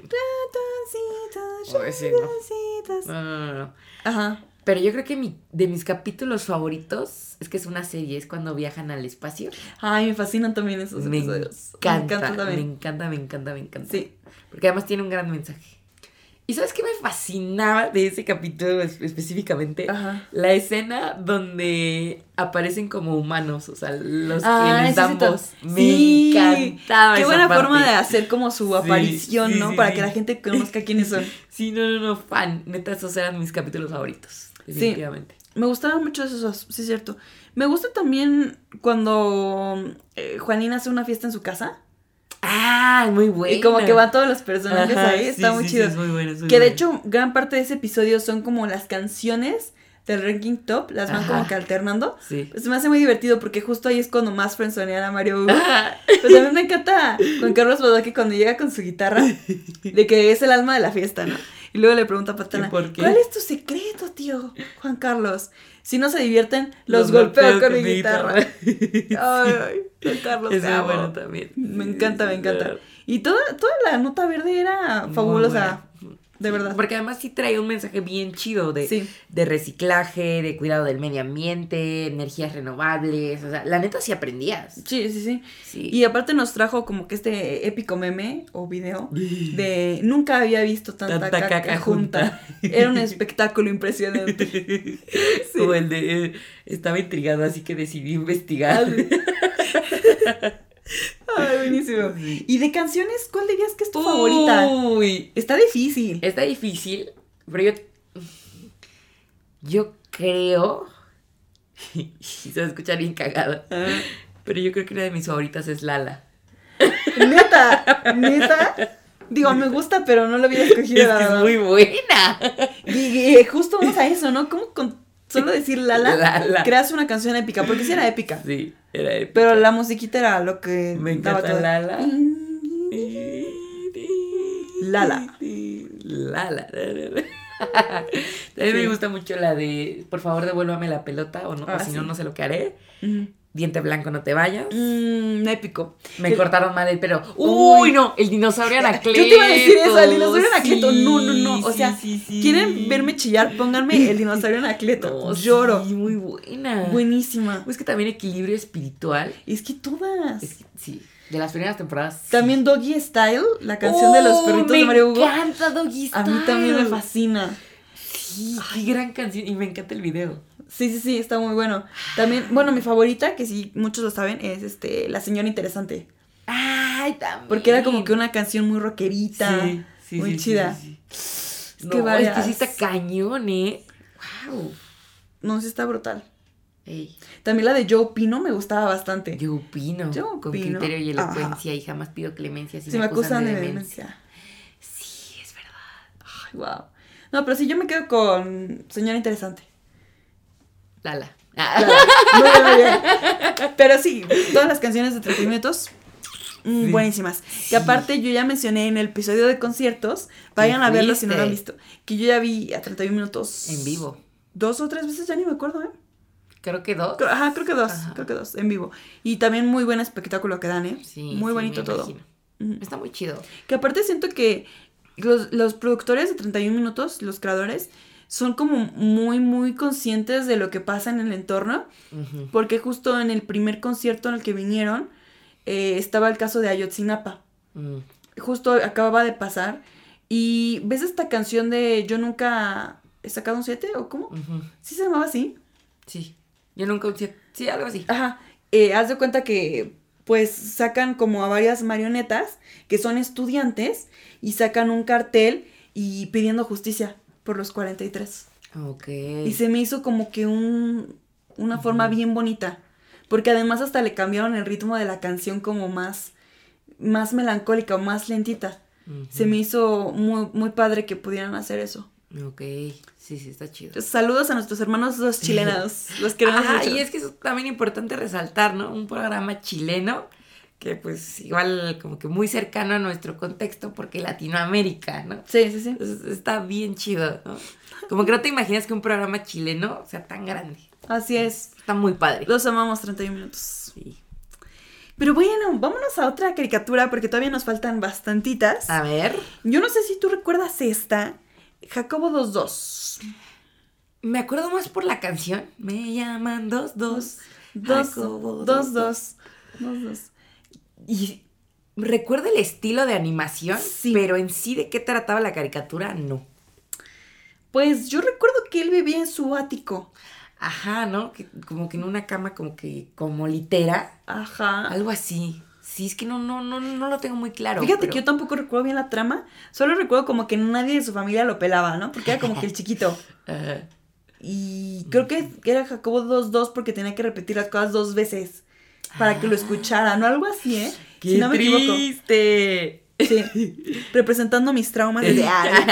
Ratoncitos, Oh, ese no. ratoncitos. No, no, no, no. Ajá. Pero yo creo que mi, de mis capítulos favoritos es que es una serie, es cuando viajan al espacio. Ay, me fascinan también esos Me episodios. encanta, me encanta me también. encanta, me encanta, me encanta. Sí. Porque además tiene un gran mensaje. ¿Y sabes qué me fascinaba de ese capítulo es- específicamente? Ajá. La escena donde aparecen como humanos, o sea, los Ah, que les sí, dan sí, to- voz. Me sí. encantaba Qué esa buena parte. forma de hacer como su Sí, aparición, sí, ¿no? sí, Para sí. que la gente conozca quiénes son. Sí, no, no, no, fan. Neta, esos eran mis capítulos favoritos. Definitivamente. Me gustaban mucho esos, sí es cierto. Me gusta también cuando eh, Juanín hace una fiesta en su casa. Ah, muy bueno. Y como que van todos los personajes ahí, está muy chido. es muy bueno, es muy Que de bueno. hecho, gran parte de ese episodio son como las canciones del ranking top, las van Ajá. como que alternando. Sí. Pues me hace muy divertido porque justo ahí es cuando más frenzonean a Mario Hugo. Ah, Pero también me encanta Juan Carlos Bodoque cuando llega con su guitarra, de que es el alma de la fiesta, ¿no? Y luego le pregunta a Patana, ¿Y por qué? ¿cuál es tu secreto, tío Juan Carlos? Si no se divierten, los, golpeo, con mi guitarra. Ay, ay, Juan Carlos, Es te muy amo. bueno también. Me Sí, encanta, sí, me encanta. claro. Y toda, toda la nota verde era Muy fabulosa. buena. de verdad. Porque además sí trae un mensaje bien chido de, Sí. de reciclaje, de cuidado del medio ambiente, energías renovables. O sea, la neta sí aprendías. Sí, sí, sí. Sí. Y aparte nos trajo como que este épico meme o video de nunca había visto tanta, Tanta caca, caca junta. Era un espectáculo impresionante. Sí. Como el de, eh, estaba intrigado, así que decidí investigar. Ay, buenísimo. Y de canciones, ¿cuál dirías que es tu favorita? Uy, Está difícil. está difícil, pero yo, yo creo, y se va a escuchar bien cagado, Ah. pero yo creo que una de mis favoritas es Lala. Neta, neta. Digo, me gusta, pero no lo había escogido. Es la que es verdad. muy buena. Y, y justo vamos a eso, ¿no? ¿Cómo con solo decir Lala, Lala. creas una canción épica? Porque sí era épica. Sí, era épica. Pero la musiquita era lo que Me daba encanta todo. Lala. Lala. Lala. También Sí. me gusta mucho la de por favor devuélvame la pelota o no, Ah, o si no, sí. no sé lo que haré. Ujú. Diente blanco, no te vayas. Mm, épico. Me El- cortaron mal el pelo. Uy. Uy, no, el dinosaurio Anacleto. Yo te iba a decir eso, el dinosaurio Anacleto. Sí, No, no, no. O sí, sea, sí, sí. ¿quieren verme chillar? Pónganme el dinosaurio Anacleto. No, Lloro. Sí, muy buena. Buenísima. Es que también equilibrio espiritual. Es que todas. Es que, sí, de las primeras temporadas. sí. También Doggy Style, la canción de los Oh, perritos me de Mario Hugo. encanta Doggy A mí también me Style. fascina. Sí, qué gran canción. Y me encanta el video. Sí, sí, sí, está muy bueno. También, bueno, mi favorita, que sí muchos lo saben, es este La Señora Interesante. Ay, también. Porque era como que una canción muy rockerita, Sí, sí, muy sí, sí, chida. sí, sí. Es No, que es varias. que sí está cañón, ¿eh? Wow. No, sí está brutal. Ey, También la de Joe Pino me gustaba bastante. yo opino. Yo con opino. criterio y Ajá. elocuencia y jamás pido clemencia si Si me acusan de demencia. demencia. Sí, es verdad. Ay, wow. No, pero sí, yo me quedo con Señora Interesante. Lala. Claro, muy bien, muy bien. Pero sí, todas las canciones de treinta minutos, mm, Sí. buenísimas. Que aparte yo ya mencioné en el episodio de conciertos, vayan a verlo si no lo han visto, que yo ya vi a treinta y un minutos. En vivo. Dos o tres veces, ya ni me acuerdo, ¿eh? Creo que dos. Creo- Ajá, creo que dos, Ajá. creo que dos, en vivo. Y también muy buen espectáculo que dan, ¿eh? Sí. Muy sí, bonito me todo. imagino. Ujú. Está muy chido. Que aparte siento que los, los productores de treinta y un minutos, los creadores, son como muy, muy conscientes de lo que pasa en el entorno. Ujú. Porque justo en el primer concierto en el que vinieron, eh, estaba el caso de Ayotzinapa. Mm. Justo acababa de pasar. Y ves esta canción de Yo nunca he sacado un siete, ¿o cómo? Ujú. ¿Sí se llamaba así? Sí. Yo nunca usé. Sí, algo así. Ajá. Eh, haz de cuenta que pues sacan como a varias marionetas que son estudiantes y sacan un cartel y pidiendo justicia por los cuarenta y tres. Ok. Y se me hizo como que un, una forma bien bonita. Porque además hasta le cambiaron el ritmo de la canción como más, más melancólica o más lentita. Ujú. Se me hizo muy, muy padre que pudieran hacer eso. Ok. Sí, sí, está chido. Entonces, saludos a nuestros hermanos los chilenos. Los queremos Ah, mucho. y es que es también importante resaltar, ¿no? Un programa chileno que pues igual como que muy cercano a nuestro contexto porque Latinoamérica, ¿no? Sí, sí, sí. Entonces, está bien chido, ¿no? Como que no te imaginas que un programa chileno sea tan grande. Así es. Está muy padre. Los amamos treinta y un minutos. Sí. Pero bueno, vámonos a otra caricatura porque todavía nos faltan bastantitas. A ver. Yo no sé si tú recuerdas esta. Jacobo dos dos. Me acuerdo más por la canción. Me llaman dos dos. Dos, Jacobo, dos, dos. Dos, dos. Y recuerdo el estilo de animación, Sí. pero en sí de qué trataba la caricatura, no. Pues yo recuerdo que él vivía en su ático. Ajá, ¿no? Que, como que en una cama como que como litera, Ajá. algo así. Sí, es que no, no, no, no lo tengo muy claro. Fíjate pero- que yo tampoco recuerdo bien la trama. Solo recuerdo como que nadie de su familia lo pelaba, ¿no? Porque era como que el chiquito. Ajá. Y creo que era Jacobo dos dos porque tenía que repetir las cosas dos veces para que lo escuchara, ¿no? Algo así, ¿eh? ¡Qué si no me equivoco. triste! Sí, representando mis traumas desde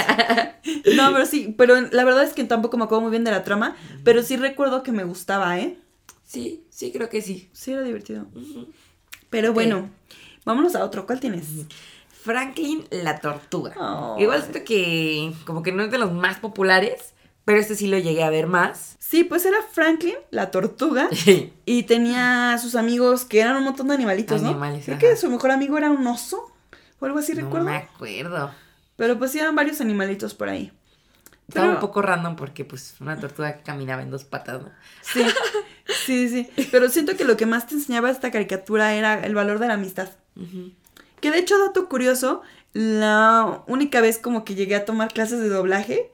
No, pero sí, pero la verdad es que tampoco me acuerdo muy bien de la trama, pero sí recuerdo que me gustaba, ¿eh? Sí, sí, creo que sí. Sí, era divertido. Pero bueno, vámonos a otro. ¿Cuál tienes? Franklin la tortuga. Ay. Igual siento que como que no es de los más populares, pero este sí lo llegué a ver más. Sí, pues era Franklin, la tortuga, y tenía a sus amigos que eran un montón de animalitos, ¿no? Animales, Creo ajá. que su mejor amigo era un oso o algo así, No recuerdo. me acuerdo. Pero pues sí eran varios animalitos por ahí. Estaba Pero- un poco random porque, pues, una tortuga que caminaba en dos patas, ¿no? Sí, sí, sí. Pero siento que lo que más te enseñaba esta caricatura era el valor de la amistad. Ujú. Que de hecho, dato curioso, la única vez como que llegué a tomar clases de doblaje,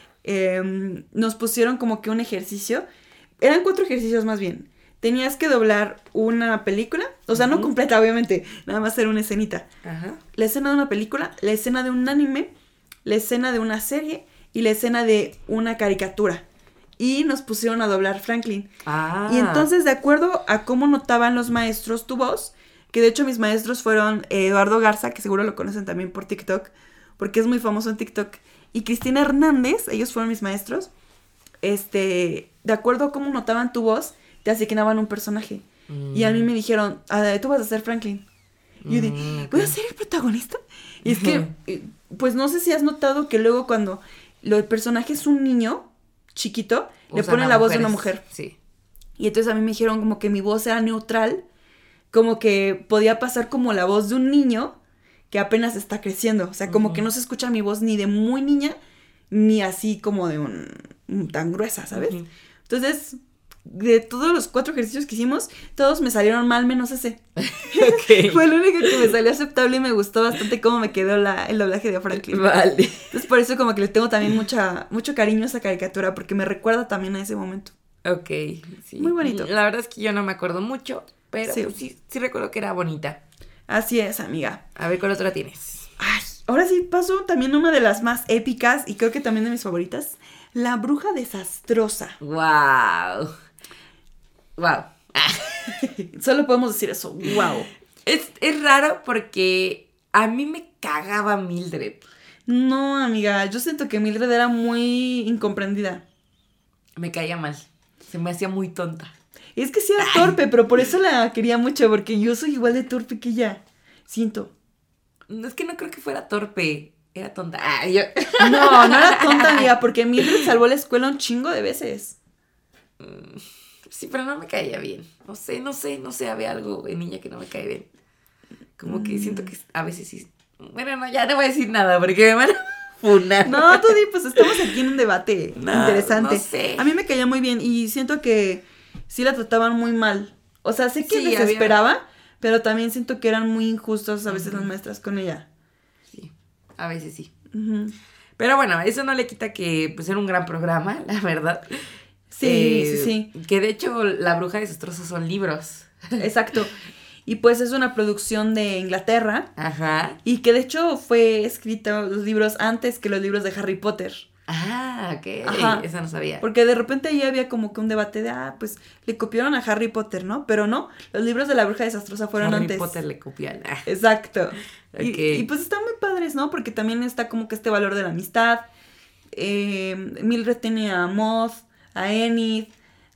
eh, nos pusieron como que un ejercicio. Eran cuatro ejercicios más bien. Tenías que doblar una película, o sea, no Ujú. completa, obviamente, nada más era una escenita. Ajá. La escena de una película, la escena de un anime, la escena de una serie y la escena de una caricatura. Y nos pusieron a doblar Franklin. Ah. Y entonces, de acuerdo a cómo notaban los maestros tu voz, que de hecho mis maestros fueron eh, Eduardo Garza, que seguro lo conocen también por TikTok, porque es muy famoso en TikTok, y Cristina Hernández, ellos fueron mis maestros, este, de acuerdo a cómo notaban tu voz, te asignaban un personaje. Mm. Y a mí me dijeron, ah, tú vas a ser Franklin. Y yo dije, Mm, ok. ¿voy a ser el protagonista? Y es que, eh, pues no sé si has notado que luego cuando lo- el personaje es un niño chiquito, le Usan ponen a la voz de una mujeres. mujer. Sí. Y entonces a mí me dijeron como que mi voz era neutral, como que podía pasar como la voz de un niño que apenas está creciendo. O sea, como Ujú. que no se escucha mi voz ni de muy niña, ni así como de un, un tan gruesa, ¿sabes? Ujú. Entonces, de todos los cuatro ejercicios que hicimos, todos me salieron mal menos ese. Ok. Fue el único que me salió aceptable y me gustó bastante cómo me quedó la, el doblaje de Franklin. Vale. Entonces por eso como que le tengo también mucha, mucho cariño a esa caricatura, porque me recuerda también a ese momento. Ok, sí. Muy bonito. La verdad es que yo no me acuerdo mucho, pero Sí. sí, sí, sí recuerdo que era bonita. Así es, amiga. A ver, ¿cuál otra tienes? Ay, ahora sí paso también una de las más épicas y creo que también de mis favoritas, La Bruja Desastrosa. Wow. Wow. Solo podemos decir eso, wow. Es, es raro porque a mí me cagaba Mildred. No, amiga, yo siento que Mildred era muy incomprendida. Me caía mal. Se me hacía muy tonta. Y es que sí era torpe, pero por eso la quería mucho, porque yo soy igual de torpe que ella. Siento. No, es que no creo que fuera torpe. Era tonta. Ah, yo... No, no era tonta, amiga, porque Mildred salvó la escuela un chingo de veces. Sí, pero no me caía bien. No sé, no sé, no sé. Había algo en niña que no me cae bien. Como que siento que a veces sí. Bueno, no, ya no voy a decir nada porque me van a funar. No, tú di, pues estamos aquí en un debate No, interesante. no sé. A mí me caía muy bien y siento que sí la trataban muy mal. O sea, sé que Sí, les había- esperaba, pero también siento que eran muy injustos a veces Ujú. las maestras con ella. Sí, a veces sí. Ujú. Pero bueno, eso no le quita que pues era un gran programa, la verdad. Sí, Eh, sí, sí. Que de hecho La Bruja Desastrosa son libros. Exacto. Y pues es una producción de Inglaterra Ajá. y que de hecho fue escrita los libros antes que los libros de Harry Potter. Ah, ok. Ajá. Esa no sabía. Porque de repente ahí había como que un debate de, ah, pues le copiaron a Harry Potter, ¿no? Pero no, los libros de la Bruja Desastrosa fueron Harry antes. Potter le copian. Ah, Exacto. Y- Ok. Y, pues están muy padres, ¿no? Porque también está como que este valor de la amistad. Eh, Mildred tiene a Moth, a Enid,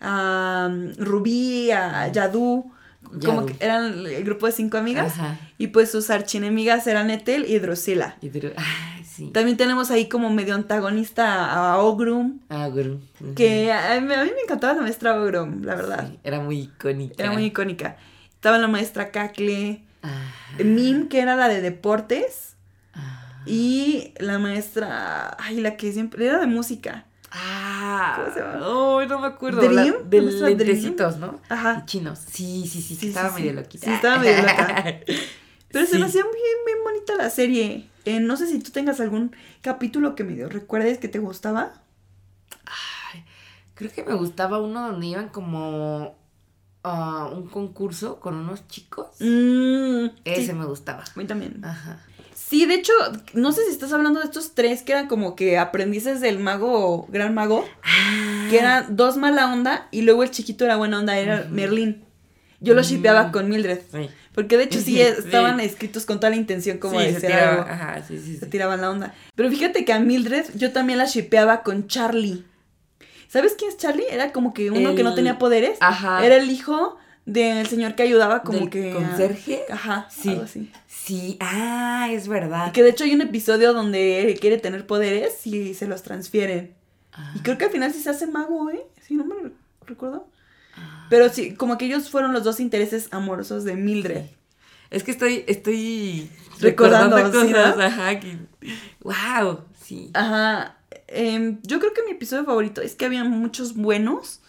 a um, Rubí, a Yadu. Como Yadu. que eran el grupo de cinco amigas. Ajá. Y pues sus archienemigas eran Ethel y Drusilla. Y digo, ay, sí. También tenemos ahí como medio antagonista a Ogrum. Ah, Gru. Ujú. Que a, a mí a mí me encantaba la maestra Ogrum, la verdad. Sí, era muy icónica. Era muy icónica. Estaba la maestra Cacle, Ah, Mim, que era la de deportes, ah. y la maestra, ay, la que siempre era de música. Ah, ¿Cómo se llama? oh, no me acuerdo. Dream, La- ¿la de maestra Dream? lentecitos, ¿no? Ajá. Y chinos. Sí, sí, sí, Sí, que estaba sí, medio sí. loquita. Sí, estaba medio loca. Pero se Sí. me hacía bien, bien bonita la serie. Eh, no sé si tú tengas algún capítulo que medio recuerdes que te gustaba. Ay, creo que me gustaba uno donde iban como a un concurso con unos chicos. Mm, Ese sí, me gustaba. a mí también. Ajá. Sí, de hecho, no sé si estás hablando de estos tres que eran como que aprendices del mago, gran mago, que eran dos mala onda y luego el chiquito era buena onda, era Ujú. Merlín. Yo lo Mm. shipeaba con Mildred, Sí. porque de hecho sí, Sí. estaban escritos con toda la intención como Sí, de se ser tiraba. algo. Ajá, sí, sí, Se sí. tiraban la onda. Pero fíjate que a Mildred yo también la shipeaba con Charlie. ¿Sabes quién es Charlie? Era como que uno que no El- tenía poderes. Ajá. Era el hijo del señor que ayudaba como ¿Del que... a- conserje? Ajá, Sí. algo así. Sí, ah, es verdad. Y que de hecho hay un episodio donde quiere tener poderes y se los transfieren. Ah, Y creo que al final sí se hace mago, ¿eh? Si no me re- recuerdo. ah. Pero sí, como que ellos fueron los dos intereses amorosos de Mildred. Es que estoy, estoy Recordando, recordando ¿sí, cosas, no? ajá, que, wow, sí. Ajá. Em, yo creo que mi episodio favorito es que había muchos buenos,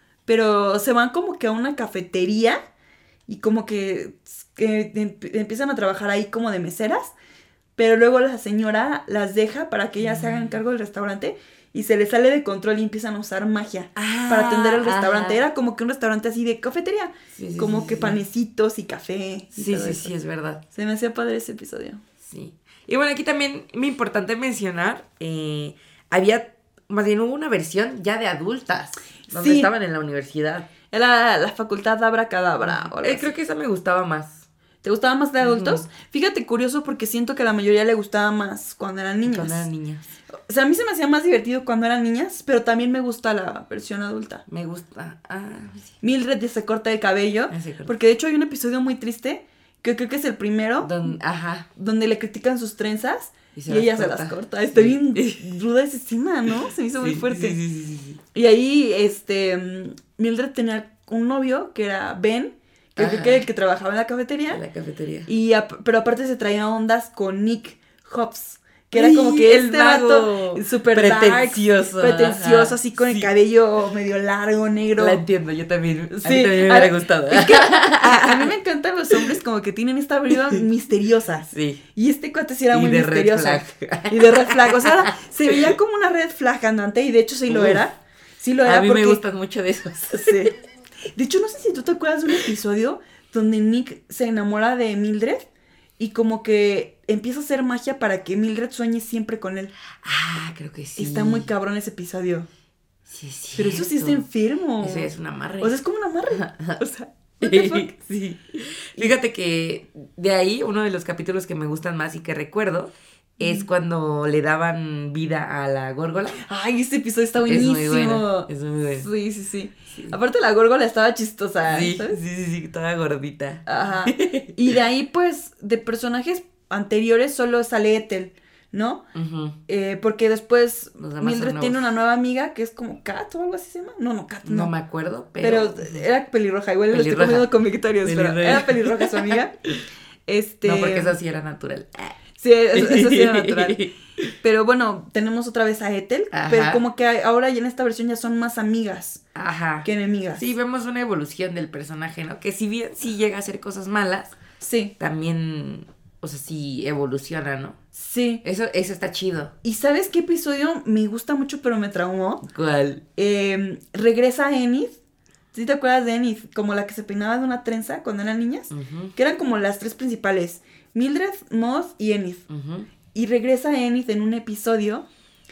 pero se van como que a una cafetería y como que, que em- empiezan a trabajar ahí como de meseras, pero luego la señora las deja para que ellas se hagan cargo del restaurante y se les sale de control y empiezan a usar magia Ah, para atender el restaurante. ajá. Era como que un restaurante así de cafetería, Sí, sí, como sí, que sí. panecitos y café. y Sí, todo sí, eso. sí, es verdad. Se me hacía padre ese episodio. Sí. Y bueno, aquí también me importante mencionar, eh, había, más bien hubo una versión ya de adultas, donde Sí. estaban en la universidad. Era la facultad Abracadabra. o algo Eh, así. creo que esa me gustaba más. ¿Te gustaba más de adultos? Ujú. Fíjate, curioso, porque siento que a la mayoría le gustaba más cuando eran niñas. Cuando eran niñas. O sea, a mí se me hacía más divertido cuando eran niñas, pero también me gusta la versión adulta. Me gusta. Ah, sí. Mildred ya se corta el cabello, Ah, se corta. porque de hecho hay un episodio muy triste, que creo que es el primero, Don- ajá. donde le critican sus trenzas Y y, se las ella se corta. las corta. Está Sí. bien ruda esa escena, ¿no? Se me hizo muy Sí, fuerte. Sí, sí, sí, sí, sí. Y ahí, este, mm, Mildred tenía un novio que era Ben, que creo Ajá. que era el que trabajaba en la cafetería. En la cafetería. Y ap- pero aparte se traía ondas con Nick Hobbs, que era como Ay, que el este mago. vato súper Pretencioso, darks, pretencioso, ajá, así con sí. el cabello medio largo, negro. La entiendo, yo también. A mí Sí, también me a- hubiera gustado. Es que a, a mí me encantan los hombres como que tienen esta vida misteriosa. Sí. Y este cuate sí era Y muy de red misterioso. flag. Y de red flag. O sea, era- se veía como una red flag andante y de hecho sí lo Uf. era. Sí lo era A mí porque... me gustan mucho de esos. Sí. De hecho, no sé si tú te acuerdas de un episodio donde Nick se enamora de Mildred y como que empieza a hacer magia para que Mildred sueñe siempre con él. Ah, creo que sí. Está muy cabrón ese episodio. Sí, sí. Pero eso sí está enfermo. Eso es un amarre. O sea, es como un amarre. O sea, what the fuck? Sí. Fíjate que de ahí uno de los capítulos que me gustan más y que recuerdo es cuando le daban vida a la górgola. Ay, este episodio está Es buenísimo. muy bueno. Es muy bueno. Sí, sí, sí, Sí. Aparte la górgola estaba chistosa, Sí, ¿sabes? sí, sí, sí, toda gordita. Ajá. Y de ahí, pues, de personajes anteriores solo sale Ethel, ¿no? Ujú. Eh, porque después Los demás Mildred son tiene nuevos. una nueva amiga que es como Kat o algo así se llama. No, no, Kat, No no. me acuerdo, pero. Pero era pelirroja, igual lo estoy Pelirroja. comiendo con victorios, pero Pelirroja. era pelirroja su amiga. Este... No, porque eso sí era natural. Sí, eso, eso sí era natural. Pero bueno, tenemos otra vez a Ethel, Ajá. pero como que ahora ya en esta versión ya son más amigas Ajá. que enemigas. Sí, vemos una evolución del personaje, ¿no? Que si bien sí llega a hacer cosas malas, Sí, también, o sea, sí evoluciona, ¿no? sí. Eso, eso está chido. ¿Y sabes qué episodio me gusta mucho pero me traumó? ¿Cuál? Eh, regresa Enid. ¿Sí te acuerdas de Enid? Como la que se peinaba de una trenza cuando eran niñas. Ujú, Que eran como las tres principales. Mildred, Moth y Enid. ujú. Y regresa Enid en un episodio.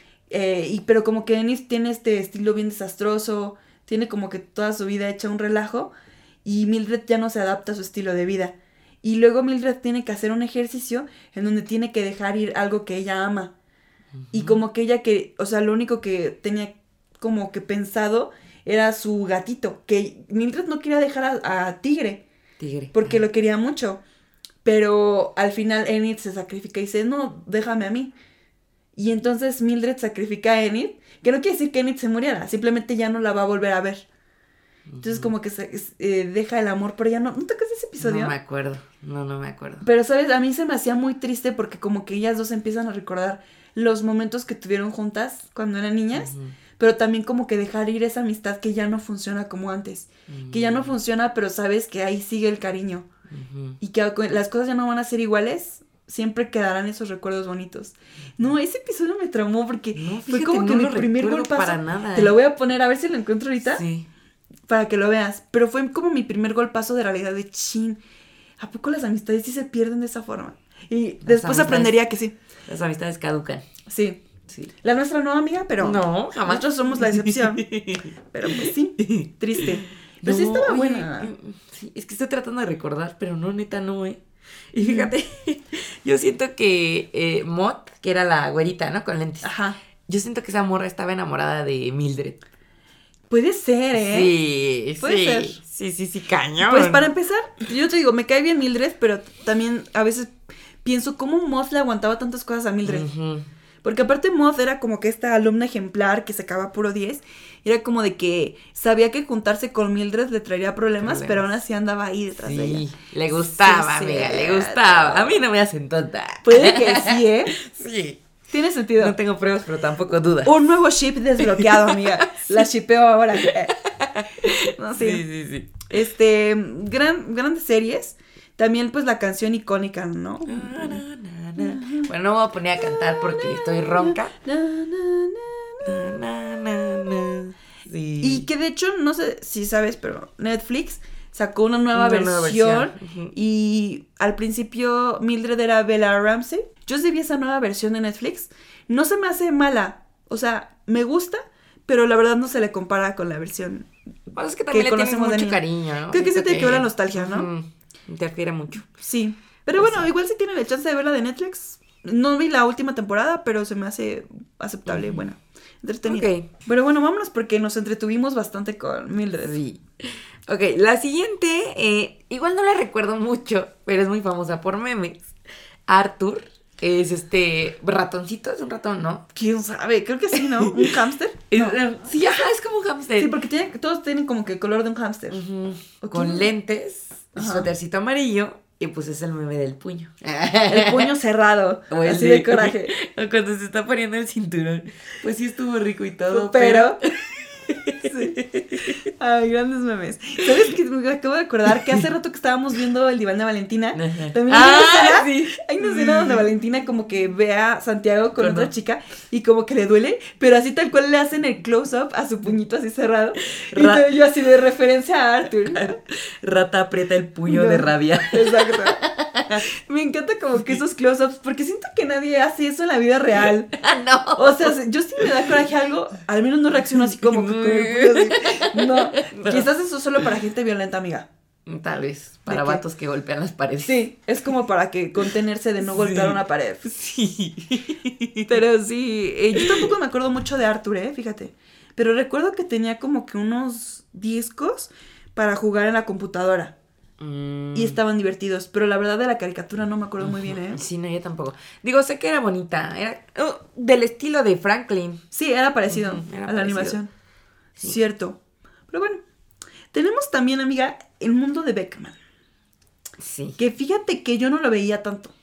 eh, y, pero como que Enid tiene este estilo bien desastroso. Tiene como que toda su vida hecha un relajo. Y Mildred ya no se adapta a su estilo de vida. Y luego Mildred tiene que hacer un ejercicio en donde tiene que dejar ir algo que ella ama. Y como que ella que, o sea, lo único que tenía como que pensado era su gatito. Que Mildred no quería dejar a, a Tigre Tigre. porque lo quería mucho. Pero al final Enid se sacrifica y dice, no, déjame a mí. Y entonces Mildred sacrifica a Enid, que no quiere decir que Enid se muriera, simplemente ya no la va a volver a ver. Entonces como que se, es- eh, deja el amor, pero ya no, ¿no te acuerdas de ese episodio? No me acuerdo. No, no me acuerdo. Pero, ¿sabes? A mí se me hacía muy triste porque como que ellas dos empiezan a recordar los momentos que tuvieron juntas cuando eran niñas, Ujú, pero también como que dejar ir esa amistad que ya no funciona como antes. Que ya no funciona, pero sabes que ahí sigue el cariño. ujú. Y que aunque las cosas ya no van a ser iguales, siempre quedarán esos recuerdos bonitos. No, ese episodio me traumó porque No, fue fíjate, como que no mi lo primer recuerdo golpazo. para nada, Te ¿eh? lo voy a poner a ver si lo encuentro ahorita Sí. para que lo veas. Pero fue como mi primer golpazo de realidad de chin. ¿A poco las amistades sí se pierden de esa forma? Y después amistades- aprendería que sí. Las amistades caducan. Sí. Sí. La nuestra no, amiga, pero No, jamás. nosotros somos la excepción. Pero pues sí, triste. Pero sí No, estaba oye, buena. eh, Sí, es que estoy tratando de recordar, pero no, neta, no, ¿eh? Y fíjate, yo siento que eh, Mott, que era la güerita, ¿no? Con lentes. Ajá. Yo siento que esa morra estaba enamorada de Mildred. Puede ser, ¿eh? Sí, Puede sí. ser. Sí, sí, sí, cañón. Pues para empezar, yo te digo, me cae bien Mildred, pero también a veces pienso cómo Moth le aguantaba tantas cosas a Mildred. Ujú. Porque aparte Moth era como que esta alumna ejemplar que sacaba puro diez. Y era como de que sabía que juntarse con Mildred le traería problemas, problemas. Pero aún así andaba ahí detrás sí, de ella. Le gustaba, sí, amiga, le gustaba. A mí no me hacen tonta. Puede que sí, ¿eh? Sí. Tiene sentido. No tengo pruebas, pero tampoco dudas. Un nuevo ship desbloqueado, amiga. Sí. La shipeo ahora. No, sí. Sí, sí, sí. Este, gran, grandes series. También, pues, la canción icónica, ¿no? Na, na, na, na. Bueno, no me voy a poner a cantar porque estoy ronca. Na, na, na, na. Sí. Y que de hecho, no sé si sabes, pero Netflix sacó una nueva una versión. Nueva versión. Uh-huh. Y al principio Mildred era Bella Ramsey. Yo sí vi esa nueva versión de Netflix. No se me hace mala. O sea, me gusta, pero la verdad no se le compara con la versión. Bueno, es que también que le tienes mucho cariño, ¿no? Creo que sí tiene que ver la nostalgia, ¿no? Uh-huh. Interfiere mucho. Sí. Pero pues bueno, sí. Igual si tienen la chance de verla de Netflix. No vi la última temporada, pero se me hace aceptable, uh-huh. buena, entretenida. Okay. Pero bueno, vámonos porque nos entretuvimos bastante con Mildred. Sí. Ok, la siguiente, eh, igual no la recuerdo mucho, pero es muy famosa por memes. Arthur es este ratoncito, es un ratón, ¿no? ¿Quién sabe? Creo que sí, ¿no? ¿Un hámster? No. Sí, ajá, es como un hámster. Sí, porque tiene, todos tienen como que el color de un hámster. Uh-huh. Okay. Con lentes, suétercito amarillo. Y pues es el meme del puño. El puño cerrado. O el así de, de coraje. O cuando se está poniendo el cinturón. Pues sí estuvo rico y todo. Pero. pero... Sí. Ay, grandes memes. ¿Sabes qué? Me acabo de acordar que hace rato que estábamos viendo el diván de Valentina. Ajá. También hay ah, una escena, sí. hay una escena donde Valentina como que ve a Santiago con otra chica y como que le duele, pero así tal cual le hacen el close-up a su puñito así cerrado. Ra- y yo así de referencia a Arthur. Rata aprieta el puño no. de rabia. Exacto. Me encanta como que esos close-ups, porque siento que nadie hace eso en la vida real. No. O sea, yo sí me da coraje algo, al menos no reacciono así como que con el puño así. No, no, quizás eso es solo para gente violenta, amiga. Tal vez, para vatos que golpean las paredes. Sí, es como para que contenerse de no golpear sí. una pared. Sí. Pero sí, eh, yo tampoco me acuerdo mucho de Arthur, eh, fíjate. Pero recuerdo que tenía como que unos discos para jugar en la computadora. Mm. Y estaban divertidos, pero la verdad de la caricatura no me acuerdo uh-huh. muy bien, ¿eh? Sí, no, yo tampoco. Digo, sé que era bonita, era uh, del estilo de Franklin. Sí, era parecido uh-huh, era a la parecido. animación. Sí. Cierto. Pero bueno, tenemos también, amiga, el mundo de Beckman. Sí. Que fíjate que yo no lo veía tanto.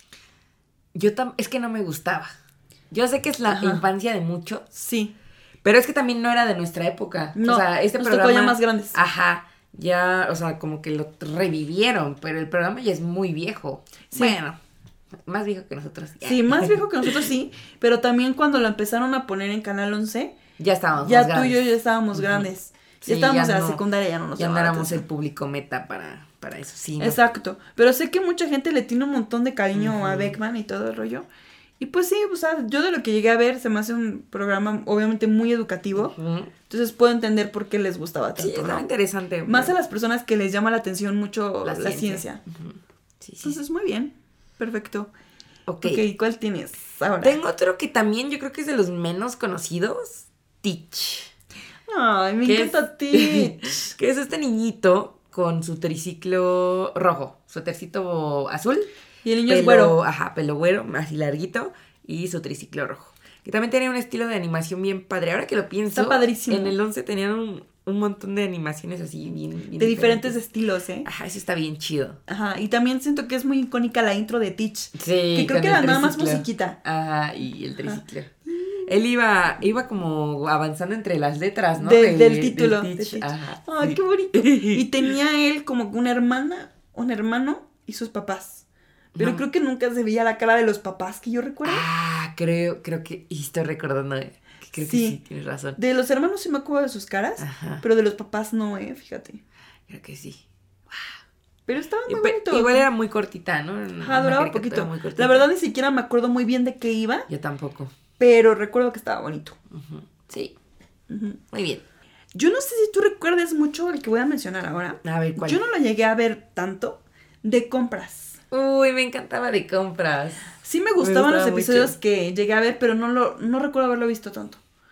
Yo tam- es que no me gustaba. Yo sé que es la Ajá. infancia de muchos. Sí. Pero es que también no era de nuestra época. No, o sea, este nos programa tocó ya más grandes. Ajá. Ya, o sea, como que lo revivieron, pero el programa ya es muy viejo. Sí. Bueno, más viejo que nosotros. Sí, más viejo que nosotros sí, pero también cuando lo empezaron a poner en Canal once, ya estábamos ya más tú grandes. y yo ya estábamos uh-huh. grandes. Sí, ya estábamos ya en no, la secundaria, ya no nos Ya no éramos el público meta para, para eso, sí. ¿no? Exacto, pero sé que mucha gente le tiene un montón de cariño uh-huh. a Beckman y todo el rollo. Y pues sí, o sea, yo de lo que llegué a ver se me hace un programa obviamente muy educativo. Uh-huh. Entonces puedo entender por qué les gustaba tanto. Sí, es ¿no? interesante. Más pero... a las personas que les llama la atención mucho la, la ciencia. ciencia. Uh-huh. Sí, sí. Entonces, muy bien. Perfecto. Ok. Ok, ¿cuál tienes ahora? Tengo otro que también yo creo que es de los menos conocidos. Teach. Ay, me encanta Teach. Que es este niñito con su triciclo rojo, su tercito azul. Y el niño pelo, es güero. Ajá, pelo güero, así larguito. Y su triciclo rojo. Que también tenía un estilo de animación bien padre. Ahora que lo pienso. Está padrísimo. En el once tenían un, un montón de animaciones así bien, bien de diferentes estilos, ¿eh? Ajá, eso está bien chido. Ajá, y también siento que es muy icónica la intro de Teach. Sí. Que creo que era nada más musiquita. Ajá, y el triciclo. Ajá. Él iba, iba como avanzando entre las letras, ¿no? De, de, del título. Del de Ajá, Ay, sí. qué bonito. Y tenía él como una hermana, un hermano y sus papás. Pero no. creo que nunca se veía la cara de los papás que yo recuerdo. Ah, creo, creo que, y estoy recordando, eh, que creo sí. que sí, tienes razón. De los hermanos sí me acuerdo de sus caras, Ajá. pero de los papás no, eh, fíjate. Creo que sí. Wow. Pero estaba muy y, bonito. Igual era muy cortita, ¿no? Ajá, duraba poquito. La verdad ni siquiera me acuerdo muy bien de qué iba. Yo tampoco. Pero recuerdo que estaba bonito. Uh-huh. Sí. Uh-huh. Muy bien. Yo no sé si tú recuerdas mucho el que voy a mencionar ahora. A ver, ¿cuál? Yo no lo llegué a ver tanto. De compras. Uy, me encantaba de compras. Sí me gustaban me los episodios mucho. que llegué a ver, pero no lo no recuerdo haberlo visto tanto.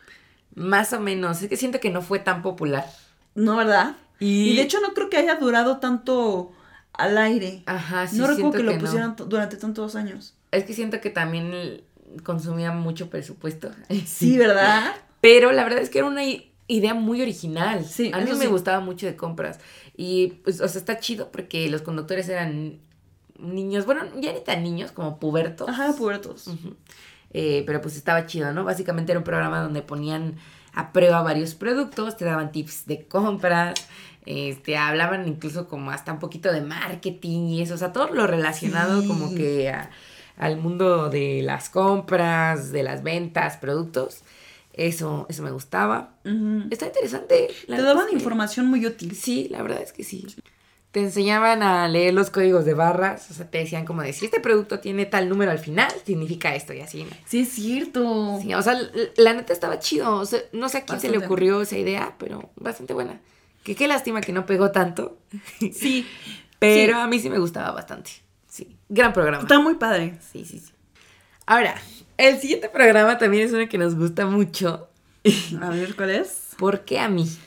Más o menos. Es que siento que no fue tan popular. No, ¿verdad? Y, y de hecho no creo que haya durado tanto al aire. Ajá, sí. No recuerdo que, que lo no. pusieran t- durante tantos años. Es que siento que también consumía mucho presupuesto. Sí, ¿verdad? Pero la verdad es que era una idea muy original. Sí, a mí eso me sí. gustaba mucho de compras. Y, pues, o sea, está chido porque los conductores eran niños, bueno, ya ni tan niños, como pubertos. Ajá, pubertos. Uh-huh. Eh, pero pues estaba chido, ¿no? Básicamente era un programa donde ponían a prueba varios productos, te daban tips de compras, este, hablaban incluso como hasta un poquito de marketing y eso, o sea, todo lo relacionado Sí. como que a, al mundo de las compras, de las ventas, productos. Eso, eso me gustaba. Uh-huh. Está interesante. Te daban información muy útil. Sí, la verdad es que sí. Te enseñaban a leer los códigos de barras, o sea, te decían como de, si este producto tiene tal número al final, significa esto y así, ¿no? Sí, es cierto. Sí, o sea, la, la neta estaba chido, o sea, no sé a quién Bastante. se le ocurrió esa idea, pero bastante buena. Que qué lástima que no pegó tanto. Sí. Pero sí. a mí sí me gustaba bastante. Sí, gran programa. Está muy padre. Sí, sí, sí. Ahora, el siguiente programa también es uno que nos gusta mucho. A ver, ¿cuál es? ¿Por qué a mí?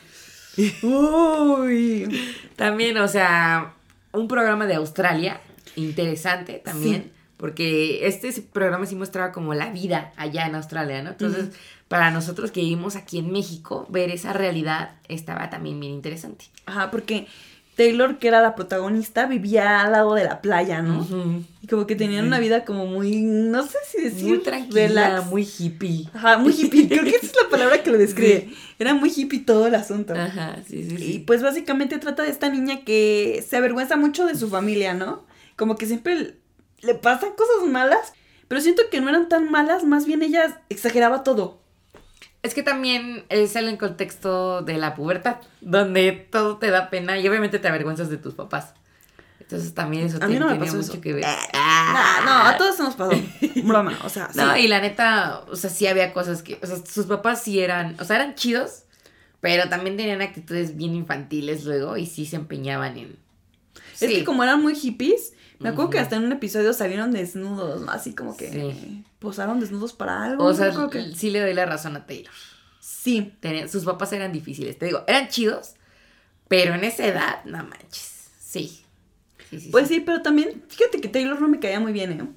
Uy. También, o sea, un programa de Australia, interesante también, Sí. porque este programa sí mostraba como la vida allá en Australia, ¿no? Entonces, Uh-huh. para nosotros que vivimos aquí en México, ver esa realidad estaba también bien interesante. Ajá, porque Taylor, que era la protagonista, vivía al lado de la playa, ¿no? Uh-huh. Y como que tenían una vida como muy, no sé si decir, Muy tranquila, relax. muy hippie. Ajá, muy hippie. Creo que esa es la palabra que lo describe. Sí. Era muy hippie todo el asunto. Ajá, sí, sí, sí. Y pues básicamente trata de esta niña que se avergüenza mucho de su familia, ¿no? Como que siempre le pasan cosas malas, pero siento que no eran tan malas, más bien ella exageraba todo. Es que también es el contexto de la pubertad, donde todo te da pena y obviamente te avergüenzas de tus papás. Entonces también eso A mí no me tenía pasó mucho eso. que ver. Ah, no, a todos nos pasó. Broma, o sea, sí. No, y la neta, o sea, sí había cosas que, o sea, sus papás sí eran, o sea, eran chidos, pero también tenían actitudes bien infantiles luego y sí se empeñaban en... Es Sí. que como eran muy hippies, me acuerdo Ujú. que hasta en un episodio salieron desnudos, ¿no? Así como que Sí. posaron desnudos para algo. O no sea, me acuerdo que- sí le doy la razón a Taylor. Sí. Tenía- sus papás eran difíciles, te digo, eran chidos, pero en esa edad, no manches, sí. Sí, sí, Pues sí, pero también, fíjate que Taylor no me caía muy bien, ¿eh?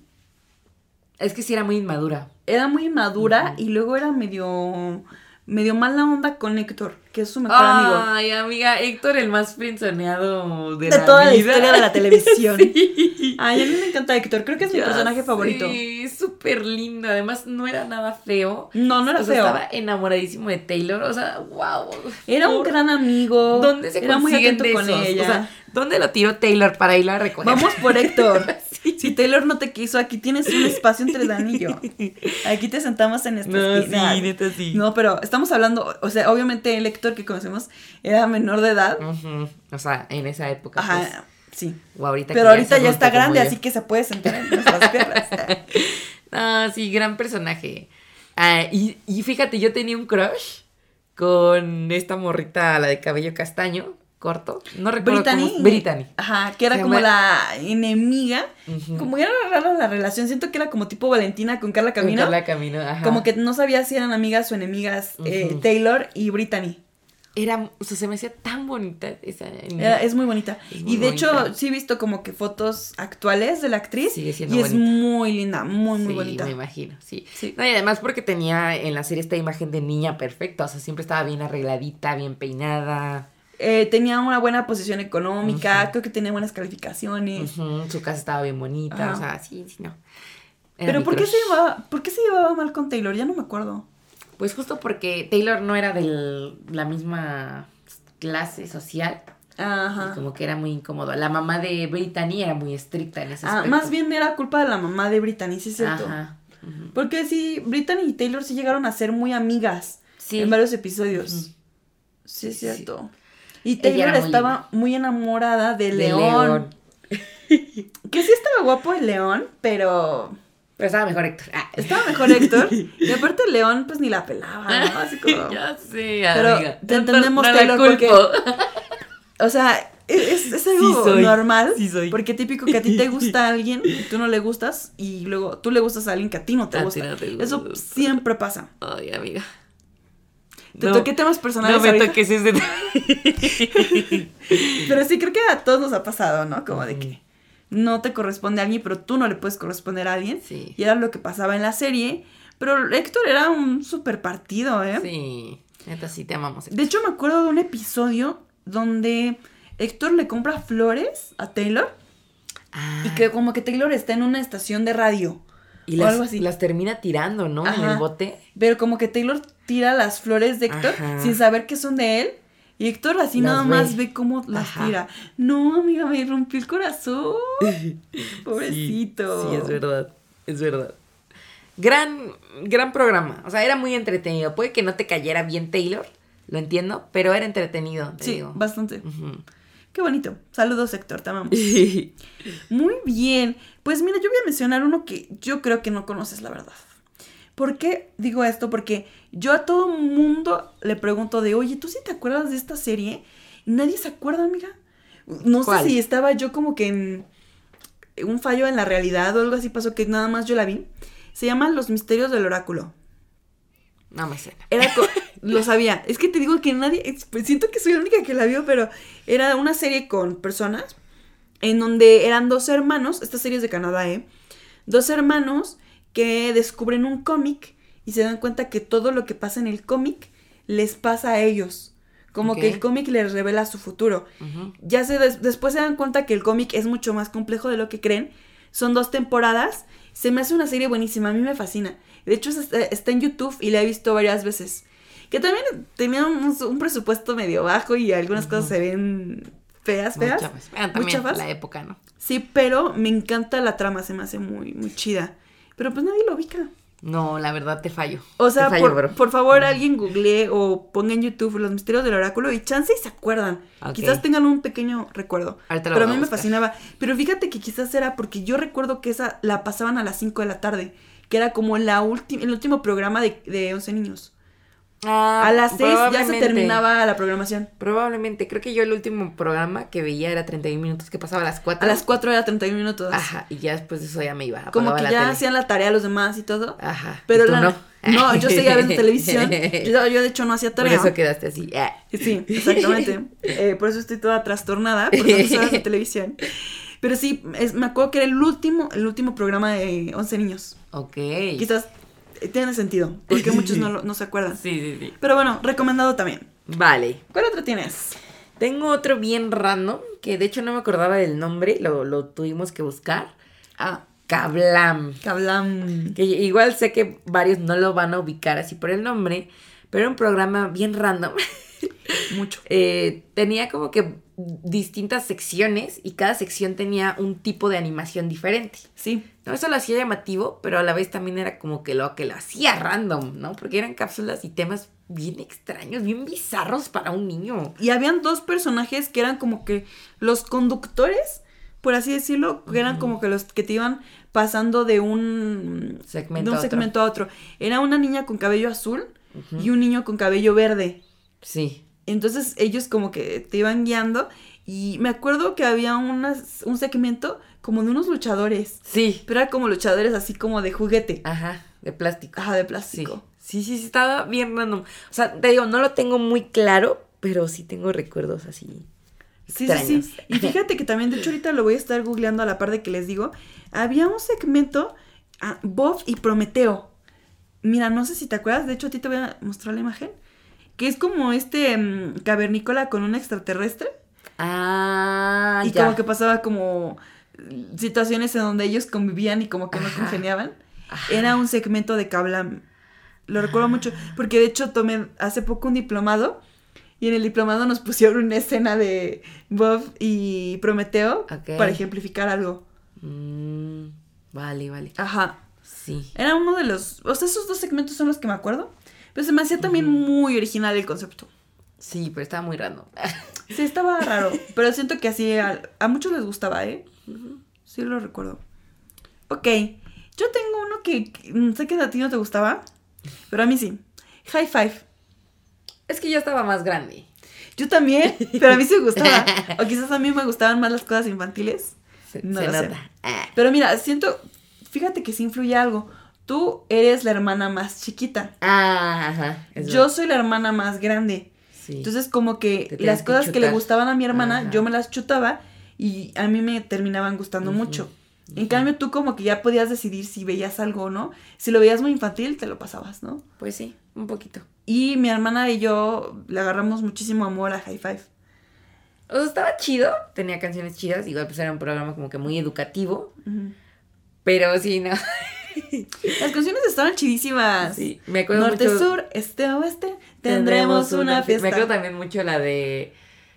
Es que sí era muy inmadura. Era muy inmadura Ujú. y luego era medio, medio mala onda con Héctor, que es su mejor amigo. Ay, amiga, Héctor, el más frenzoneado de, De la toda la vida. historia de la televisión. Sí. Ay, a mí me encanta Héctor, creo que es mi Ya personaje sé, favorito. es súper lindo, además no era nada feo. No, no era O sea, feo. estaba enamoradísimo de Taylor, o sea, wow. Era un gran amigo. ¿Dónde se era muy consiguen atento de con esos? ella. O sea, ¿dónde lo tiró Taylor para irlo a recoger? Vamos por Héctor. Sí. Si Taylor no te quiso, aquí tienes un espacio entre el anillo. Aquí te sentamos en esta No, esquina. sí, neta, sí. No, pero estamos hablando, o sea, obviamente el Héctor que conocemos era menor de edad. Ujú. O sea, en esa época. Ajá, pues, sí. o ahorita Pero que ahorita es ya está adulto como grande, yo. así que se puede sentar en nuestras piernas. Ah, sí, gran personaje. Ah, y, y fíjate, yo tenía un crush con esta morrita, la de cabello castaño, corto. No recuerdo Brittany. cómo. Brittany. Ajá, que era Se como llama- la enemiga. Ujú. Como era rara la relación, siento que era como tipo Valentina con Carla Con Camino. Carla Camino, ajá. Como que no sabía si eran amigas o enemigas eh, Ujú. Taylor y Brittany. Era, o sea, se me hacía tan bonita esa niña. Era- es muy bonita. Es muy y de hecho, bonita. sí he visto como que fotos actuales de la actriz. Sigue siendo y es bonita. muy linda, muy, muy Sí, bonita. me imagino, sí. Sí. No, y además porque tenía en la serie esta imagen de niña perfecta, o sea, siempre estaba bien arregladita, bien peinada. Eh, tenía una buena posición económica, Ujú. creo que tenía buenas calificaciones. Ujú, su casa estaba bien bonita, Ajá. o sea, sí, sí, no. Era Pero mi ¿por qué, crush. se llevaba, ¿por qué se llevaba mal con Taylor? Ya no me acuerdo. Pues justo porque Taylor no era de la misma clase social, y Ajá. como que era muy incómodo. La mamá de Brittany era muy estricta en ese Ah, aspecto. más bien era culpa de la mamá de Brittany, sí es cierto. Ajá. Ujú. Porque sí, Brittany y Taylor sí llegaron a ser muy amigas Sí. en varios episodios. Ujú. Sí, es Sí. cierto. Y Ella Taylor era muy estaba muy enamorada de, De León. Que sí estaba guapo el León, pero Pero estaba mejor Héctor. Ah. estaba mejor Héctor. Y aparte León pues ni la pelaba, ¿no? Así como... Ya sé, Pero amiga. te entendemos, no, no Taylor, la culpo. O sea, es, es algo Sí soy, normal. sí soy. Porque típico que a ti te gusta alguien y tú no le gustas. Y luego tú le gustas a alguien que a ti no te A ti gusta. no te Eso gusta. siempre pasa. Ay, amiga. Te No, toqué temas personales No me ahorita, toques ese. pero sí creo que a todos nos ha pasado, ¿no? Como de que no te corresponde a alguien, pero tú no le puedes corresponder a alguien. Sí. Y era lo que pasaba en la serie. Pero Héctor era un super partido, ¿eh? Sí, neta, sí te amamos. Héctor. De hecho, me acuerdo de un episodio donde Héctor le compra flores a Taylor. Ah, Y que como que Taylor está en una estación de radio. y o las, algo así. las termina tirando, ¿no? En Ajá. el bote. Pero como que Taylor tira las flores de Héctor Ajá. sin saber que son de él. Y Héctor así Las nada ve. más ve cómo las Ajá. tira. No, amiga, me rompió el corazón. Pobrecito. Sí, es verdad, es verdad. Gran, gran programa. O sea, era muy entretenido. Puede que no te cayera bien Taylor, lo entiendo, pero era entretenido, te Sí, digo. bastante. Ujú. Qué bonito. Saludos, Héctor, te amamos. Muy bien. Pues mira, yo voy a mencionar uno que yo creo que no conoces, la verdad. ¿Por qué digo esto? Porque yo a todo mundo le pregunto de, oye, ¿tú sí te acuerdas de esta serie? Y nadie se acuerda, amiga. No ¿Cuál? sé si estaba yo como que en un fallo en la realidad o algo así pasó que nada más yo la vi. Se llama Los Misterios del Oráculo. No me sé. Era co- lo sabía. Es que te digo que nadie, es- pues siento que soy la única que la vio, pero era una serie con personas en donde eran dos hermanos, esta serie es de Canadá, ¿eh? Dos hermanos que descubren un cómic y se dan cuenta que todo lo que pasa en el cómic les pasa a ellos. Como Ok. que el cómic les revela su futuro. Ujú. Ya se des- después se dan cuenta que el cómic es mucho más complejo de lo que creen. Son dos temporadas. Se me hace una serie buenísima, a mí me fascina. De hecho, está, está en YouTube y la he visto varias veces. Que también tenía un, un presupuesto medio bajo y algunas cosas se ven feas, Muy feas. chafas. Ah, Muy también chafas. la época, ¿no? Sí, pero me encanta la trama, se me hace muy, muy chida. Pero pues nadie lo ubica. No, la verdad te fallo. O sea, te fallo, por, bro. por favor, alguien googlee o ponga en YouTube Los Misterios del Oráculo y chance y se acuerdan. Ok. Quizás tengan un pequeño recuerdo. Ahorita lo Pero a voy mí a me buscar. fascinaba. Pero fíjate que quizás era porque yo recuerdo que esa la pasaban a las cinco de la tarde. Que era como la ulti- el último programa de, de once niños. Ah, A las seis ya se probablemente. terminaba la programación. Probablemente. Creo que yo el último programa que veía era treinta y un minutos, que pasaba a las cuatro. A las cuatro era treinta y un minutos. Ajá, y ya después de eso ya me iba. Como apagaba que la ya tele. hacían la tarea los demás y todo. Ajá. Pero ¿y tú la- no. no, yo seguía viendo televisión. Yo, yo de hecho no hacía Por tarea. eso quedaste así. Ah. Sí, exactamente. Eh, por eso estoy toda trastornada por tantas horas de televisión. Pero sí, es- me acuerdo que era el último, el último programa de once niños. Ok. Quizás eh, tiene sentido, porque muchos no, lo- no se acuerdan. Sí, sí, sí. Pero bueno, recomendado también. Vale. ¿Cuál otro tienes? Tengo otro bien random, que de hecho no me acordaba del nombre, lo, lo tuvimos que buscar. Ah, Kablam. Kablam. Que igual sé que varios no lo van a ubicar así por el nombre, pero era un programa bien random. Mucho. Eh, tenía como que distintas secciones y cada sección tenía un tipo de animación diferente. Sí. No, eso lo hacía llamativo, pero a la vez también era como que lo que lo hacía random, ¿no? Porque eran cápsulas y temas bien extraños, bien bizarros para un niño. Y habían dos personajes que eran como que los conductores, por así decirlo, que eran como que los que te iban pasando de un Segmento de un a otro. segmento a otro. Era una niña con cabello azul Ujú. y un niño con cabello verde. Sí. Entonces ellos como que te iban guiando y me acuerdo que había unas, un segmento como de unos luchadores, Sí. pero era como luchadores así como de juguete, Ajá, de plástico. ajá, de Sí. plástico. Sí, sí, sí, estaba bien random. O sea, te digo, no lo tengo muy claro, pero sí tengo recuerdos así. Sí, sí, sí. extraños. Y fíjate que también, de hecho, ahorita lo voy a estar googleando a la par de que les digo. Había un segmento, ah, Bob y Prometeo. Mira, no sé si te acuerdas, de hecho a ti te voy a mostrar la imagen. Que es como este mm, cavernícola con un extraterrestre. Ah, y ya. como que pasaba como mm, situaciones en donde ellos convivían y como que no Ajá. congeniaban. Ajá. Era un segmento de Kablam. Lo recuerdo mucho, porque de hecho tomé hace poco un diplomado. Y en el diplomado nos pusieron una escena de Bob y Prometeo Ok. para ejemplificar algo. Mm, vale, vale. Ajá. Sí. Era uno de los... O sea, esos dos segmentos son los que me acuerdo. Pero se me hacía también muy original el concepto. Sí, pero estaba muy random. Sí, estaba raro. Pero siento que así a, a muchos les gustaba, ¿eh? Sí, lo recuerdo. Ok. Yo tengo uno que, que mm, sé que a ti no te gustaba. Pero a mí sí. High Five. Es que yo estaba más grande. Yo también, pero a mí sí me gustaba. O quizás a mí me gustaban más las cosas infantiles. Se, No se lo sé. nota. Ah. Pero mira, siento... Fíjate que sí influye algo. Tú eres la hermana más chiquita. Ah, ajá. es Yo verdad. soy la hermana más grande. Sí. Entonces como Te que tenías las que cosas que le chutar. gustaban a mi hermana, Ajá. yo me las chutaba. y a mí me terminaban gustando Ujú, mucho. ujú. En cambio, tú como que ya podías decidir si veías algo o no. Si lo veías muy infantil, te lo pasabas, ¿no? Pues sí, un poquito. Y mi hermana y yo le agarramos muchísimo amor a High Five. O sea, estaba chido, tenía canciones chidas, igual pues era un programa como que muy educativo, Ujú. pero sí, no. Las canciones estaban chidísimas. Sí, me acuerdo Norte, mucho. sur, este, oeste, tendremos una fiesta. Me acuerdo también mucho la de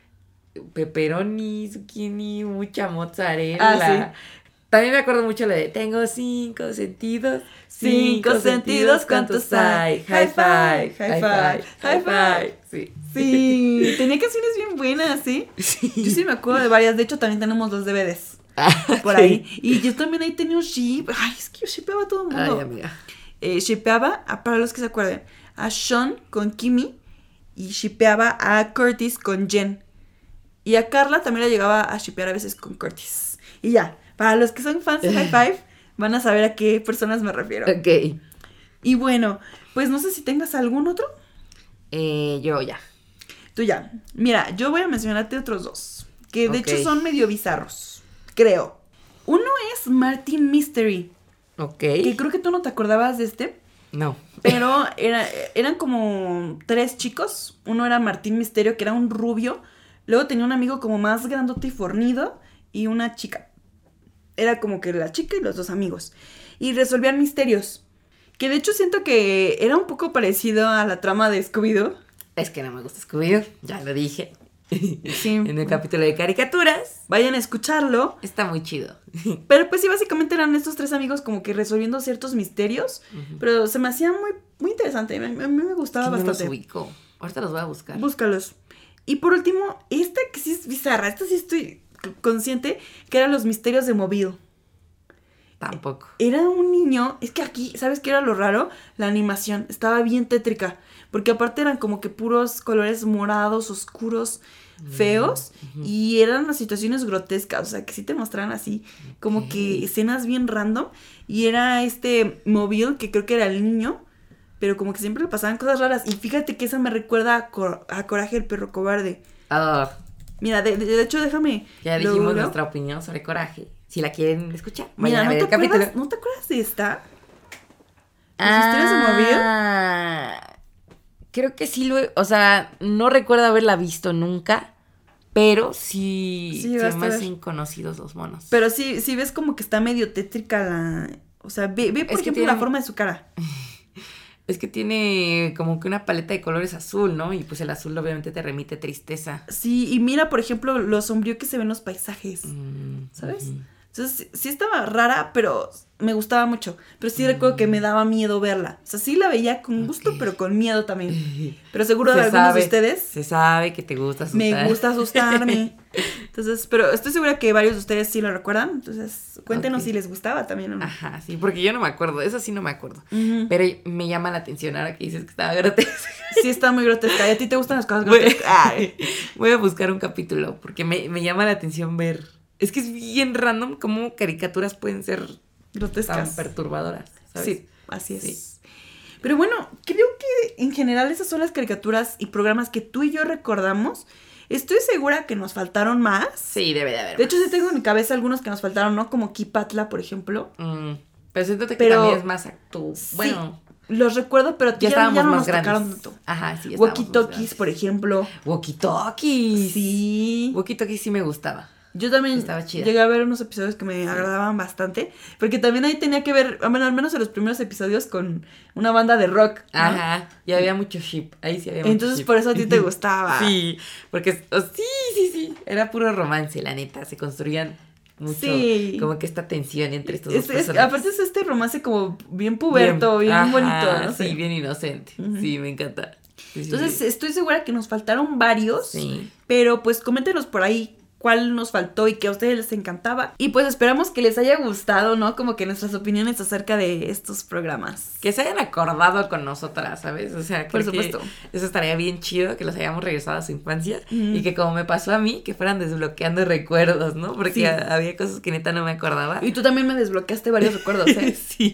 pepperoni, zucchini, mucha mozzarella. Ah, También me acuerdo mucho la de tengo cinco sentidos. Cinco sentidos, ¿cuántos hay? High five, high five, high five. Sí. Sí, tenía canciones bien buenas, ¿sí? Sí. Yo sí me acuerdo de varias. De hecho, también tenemos dos D V Ds Ah, por sí. ahí. Y yo también ahí tenía un ship. Ay, es que yo shipeaba a todo el mundo. Ay, amiga. Eh, shipeaba, a- para los que se acuerden, a Sean con Kimi y shipeaba a Curtis con Jen. Y a Carla también la llegaba a shipear a veces con Curtis. Y ya, para los que son fans de High Five, van a saber a qué personas me refiero. Ok. Y bueno, pues no sé si tengas algún otro. Eh, yo ya. Tú ya. Mira, yo voy a mencionarte otros dos, que de Ok. hecho son medio bizarros, creo. Uno es Martin Mystery, Ok. que creo que tú no te acordabas de este. No. Pero era, eran como tres chicos. Uno era Martín Misterio, que era un rubio. Luego tenía un amigo como más grandote y fornido. Y una chica. Era como que la chica y los dos amigos. Y resolvían misterios. Que de hecho siento que era un poco parecido a la trama de Scooby-Doo. Es que no me gusta Scooby-Doo, ya lo dije. Sí. En el capítulo de caricaturas. Vayan a escucharlo. Está muy chido. Pero pues sí, básicamente eran estos tres amigos como que resolviendo ciertos misterios. Ujú. Pero se me hacía muy, muy interesante. A mí, a mí me gustaba Que no los bastante. ubico. Ahorita los voy a buscar. Búscalos. Y por último, esta que sí es bizarra, esta sí estoy c- consciente, que eran los misterios de Mobile. Tampoco. Era un niño, es que aquí, ¿sabes qué era lo raro? La animación, estaba bien tétrica, porque aparte eran como que puros colores morados, oscuros, feos, ujú. y eran las situaciones grotescas, o sea, que sí te mostraban así, como Ok. que escenas bien random, y era este Mobile, que creo que era el niño, pero como que siempre le pasaban cosas raras, y fíjate que esa me recuerda a, Cor- a Coraje el perro cobarde. Ah, Mira, de, de- de hecho, déjame. ya lo dijimos googleo. nuestra opinión sobre Coraje. Si la quieren escuchar, Mira, vayan a ¿no ver te, el capítulo. acuerdas, ¿no te acuerdas de esta? ¿Los misterios de Mobile? Ah, creo que sí lo he, o sea, no recuerdo haberla visto nunca, pero sí, Sí, se basta me ver. hacen conocidos los monos. Pero sí, sí ves como que está medio tétrica la... O sea, ve, ve por Es que ejemplo, tiene- la forma de su cara. Es que tiene como que una paleta de colores azul, ¿no? Y pues el azul obviamente te remite tristeza. Sí, y mira, por ejemplo, lo sombrío que se ven los paisajes. Mm, ¿Sabes? ujú. Entonces, sí, sí estaba rara, pero me gustaba mucho. Pero sí recuerdo que me daba miedo verla. O sea, sí la veía con gusto, Ok. pero con miedo también. Pero seguro Se de algunos sabe, de ustedes Se sabe que te gusta asustar. me gusta asustarme. Entonces, pero estoy segura que varios de ustedes sí lo recuerdan. Entonces, cuéntenos Ok. si les gustaba también o no. Ajá, sí, porque yo no me acuerdo, eso sí no me acuerdo. Ujú. Pero me llama la atención ahora que dices que estaba grotesca. Sí, está muy grotesca. ¿Y a ti te gustan las cosas Voy, grotescas? Ay. voy a buscar un capítulo porque me, me llama la atención ver. Es que es bien random cómo caricaturas pueden ser tan Grotescas. perturbadoras, ¿sabes? Sí, así es. Sí. Pero bueno, creo que en general esas son las caricaturas y programas que tú y yo recordamos. Estoy segura que nos faltaron más. Sí, debe de haber. De hecho, sí tengo en mi cabeza algunos que nos faltaron, ¿no? Como Kipatla, por ejemplo. Mm, pero siento que Pero- también es más actu... Sí, Bueno, los recuerdo, pero ya, ya, estábamos ya no más nos grandes. tocaron tanto. Ajá, sí, ya estábamos Walkie más Talkies, grandes. por ejemplo. Walkie Talkies. Sí. Walkie Talkies sí me gustaba. Yo también Estaba chida. llegué a ver unos episodios que me agradaban bastante. Porque también ahí tenía que ver, bueno, al menos en los primeros episodios, con una banda de rock, ¿no? Ajá, y había mucho ship, ahí sí había mucho Entonces, ship. por eso a ti te gustaba. Sí, porque oh, sí, sí, sí, era puro romance, la neta, se construían mucho, Sí. como que esta tensión entre estos Es- dos es- personajes. aparte es este romance como bien puberto, bien, ajá, bonito, no sí, sé. bien inocente, Ujú. sí, me encanta. Sí, sí, Entonces, sí. estoy segura que nos faltaron varios. Sí. Pero pues coméntenos por ahí cuál nos faltó y que a ustedes les encantaba. Y pues esperamos que les haya gustado, ¿no? Como que nuestras opiniones acerca de estos programas. Que se hayan acordado con nosotras, ¿sabes? O sea, Por creo que supuesto. eso estaría bien chido, que los hayamos regresado a su infancia Ujú. y que como me pasó a mí, que fueran desbloqueando recuerdos, ¿no? Porque Sí. a- había cosas que neta no me acordaba. Y tú también me desbloqueaste varios recuerdos, ¿eh? Sí.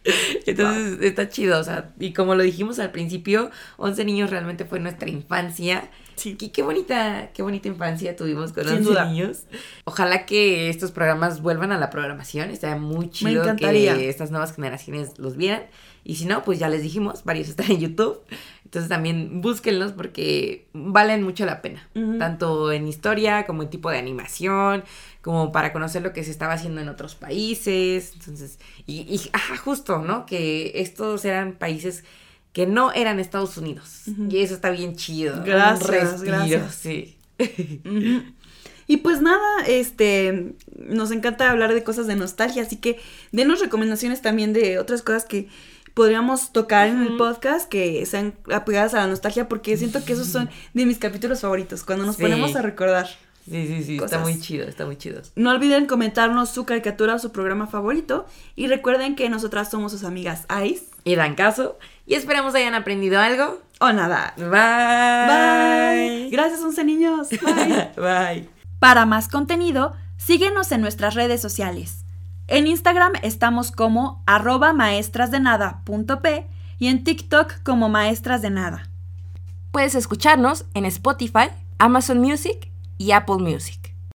Entonces, wow. Está chido, o sea, y como lo dijimos al principio, once niños realmente fue nuestra infancia. Sí. Qué, qué bonita, qué bonita infancia tuvimos con once niños. Ojalá que estos programas vuelvan a la programación. Estaría muy chido que estas nuevas generaciones los vieran. Y si no, pues ya les dijimos, varios están en YouTube. Entonces también búsquenlos porque valen mucho la pena. Uh-huh. Tanto en historia como en tipo de animación, como para conocer lo que se estaba haciendo en otros países. Entonces, y, y ajá, justo, ¿no? Que estos eran países que no eran Estados Unidos. Uh-huh. Y eso está bien chido. Gracias, gracias. Sí. Uh-huh. Y pues nada, este, nos encanta hablar de cosas de nostalgia, así que denos recomendaciones también de otras cosas que podríamos tocar en el podcast que sean apegadas a la nostalgia, porque siento que esos son de mis capítulos favoritos, cuando nos sí. ponemos a recordar. Sí, sí, sí, cosas. Está muy chido, está muy chido. No olviden comentarnos su caricatura o su programa favorito, y recuerden que nosotras somos sus amigas Ice y Dancaso, y esperamos hayan aprendido algo. O nada. Bye. Bye. Gracias, once niños. Bye. Bye. Para más contenido, síguenos en nuestras redes sociales. En Instagram estamos como arroba maestrasdenada.p y en TikTok como Maestras de Nada. Puedes escucharnos en Spotify, Amazon Music y Apple Music.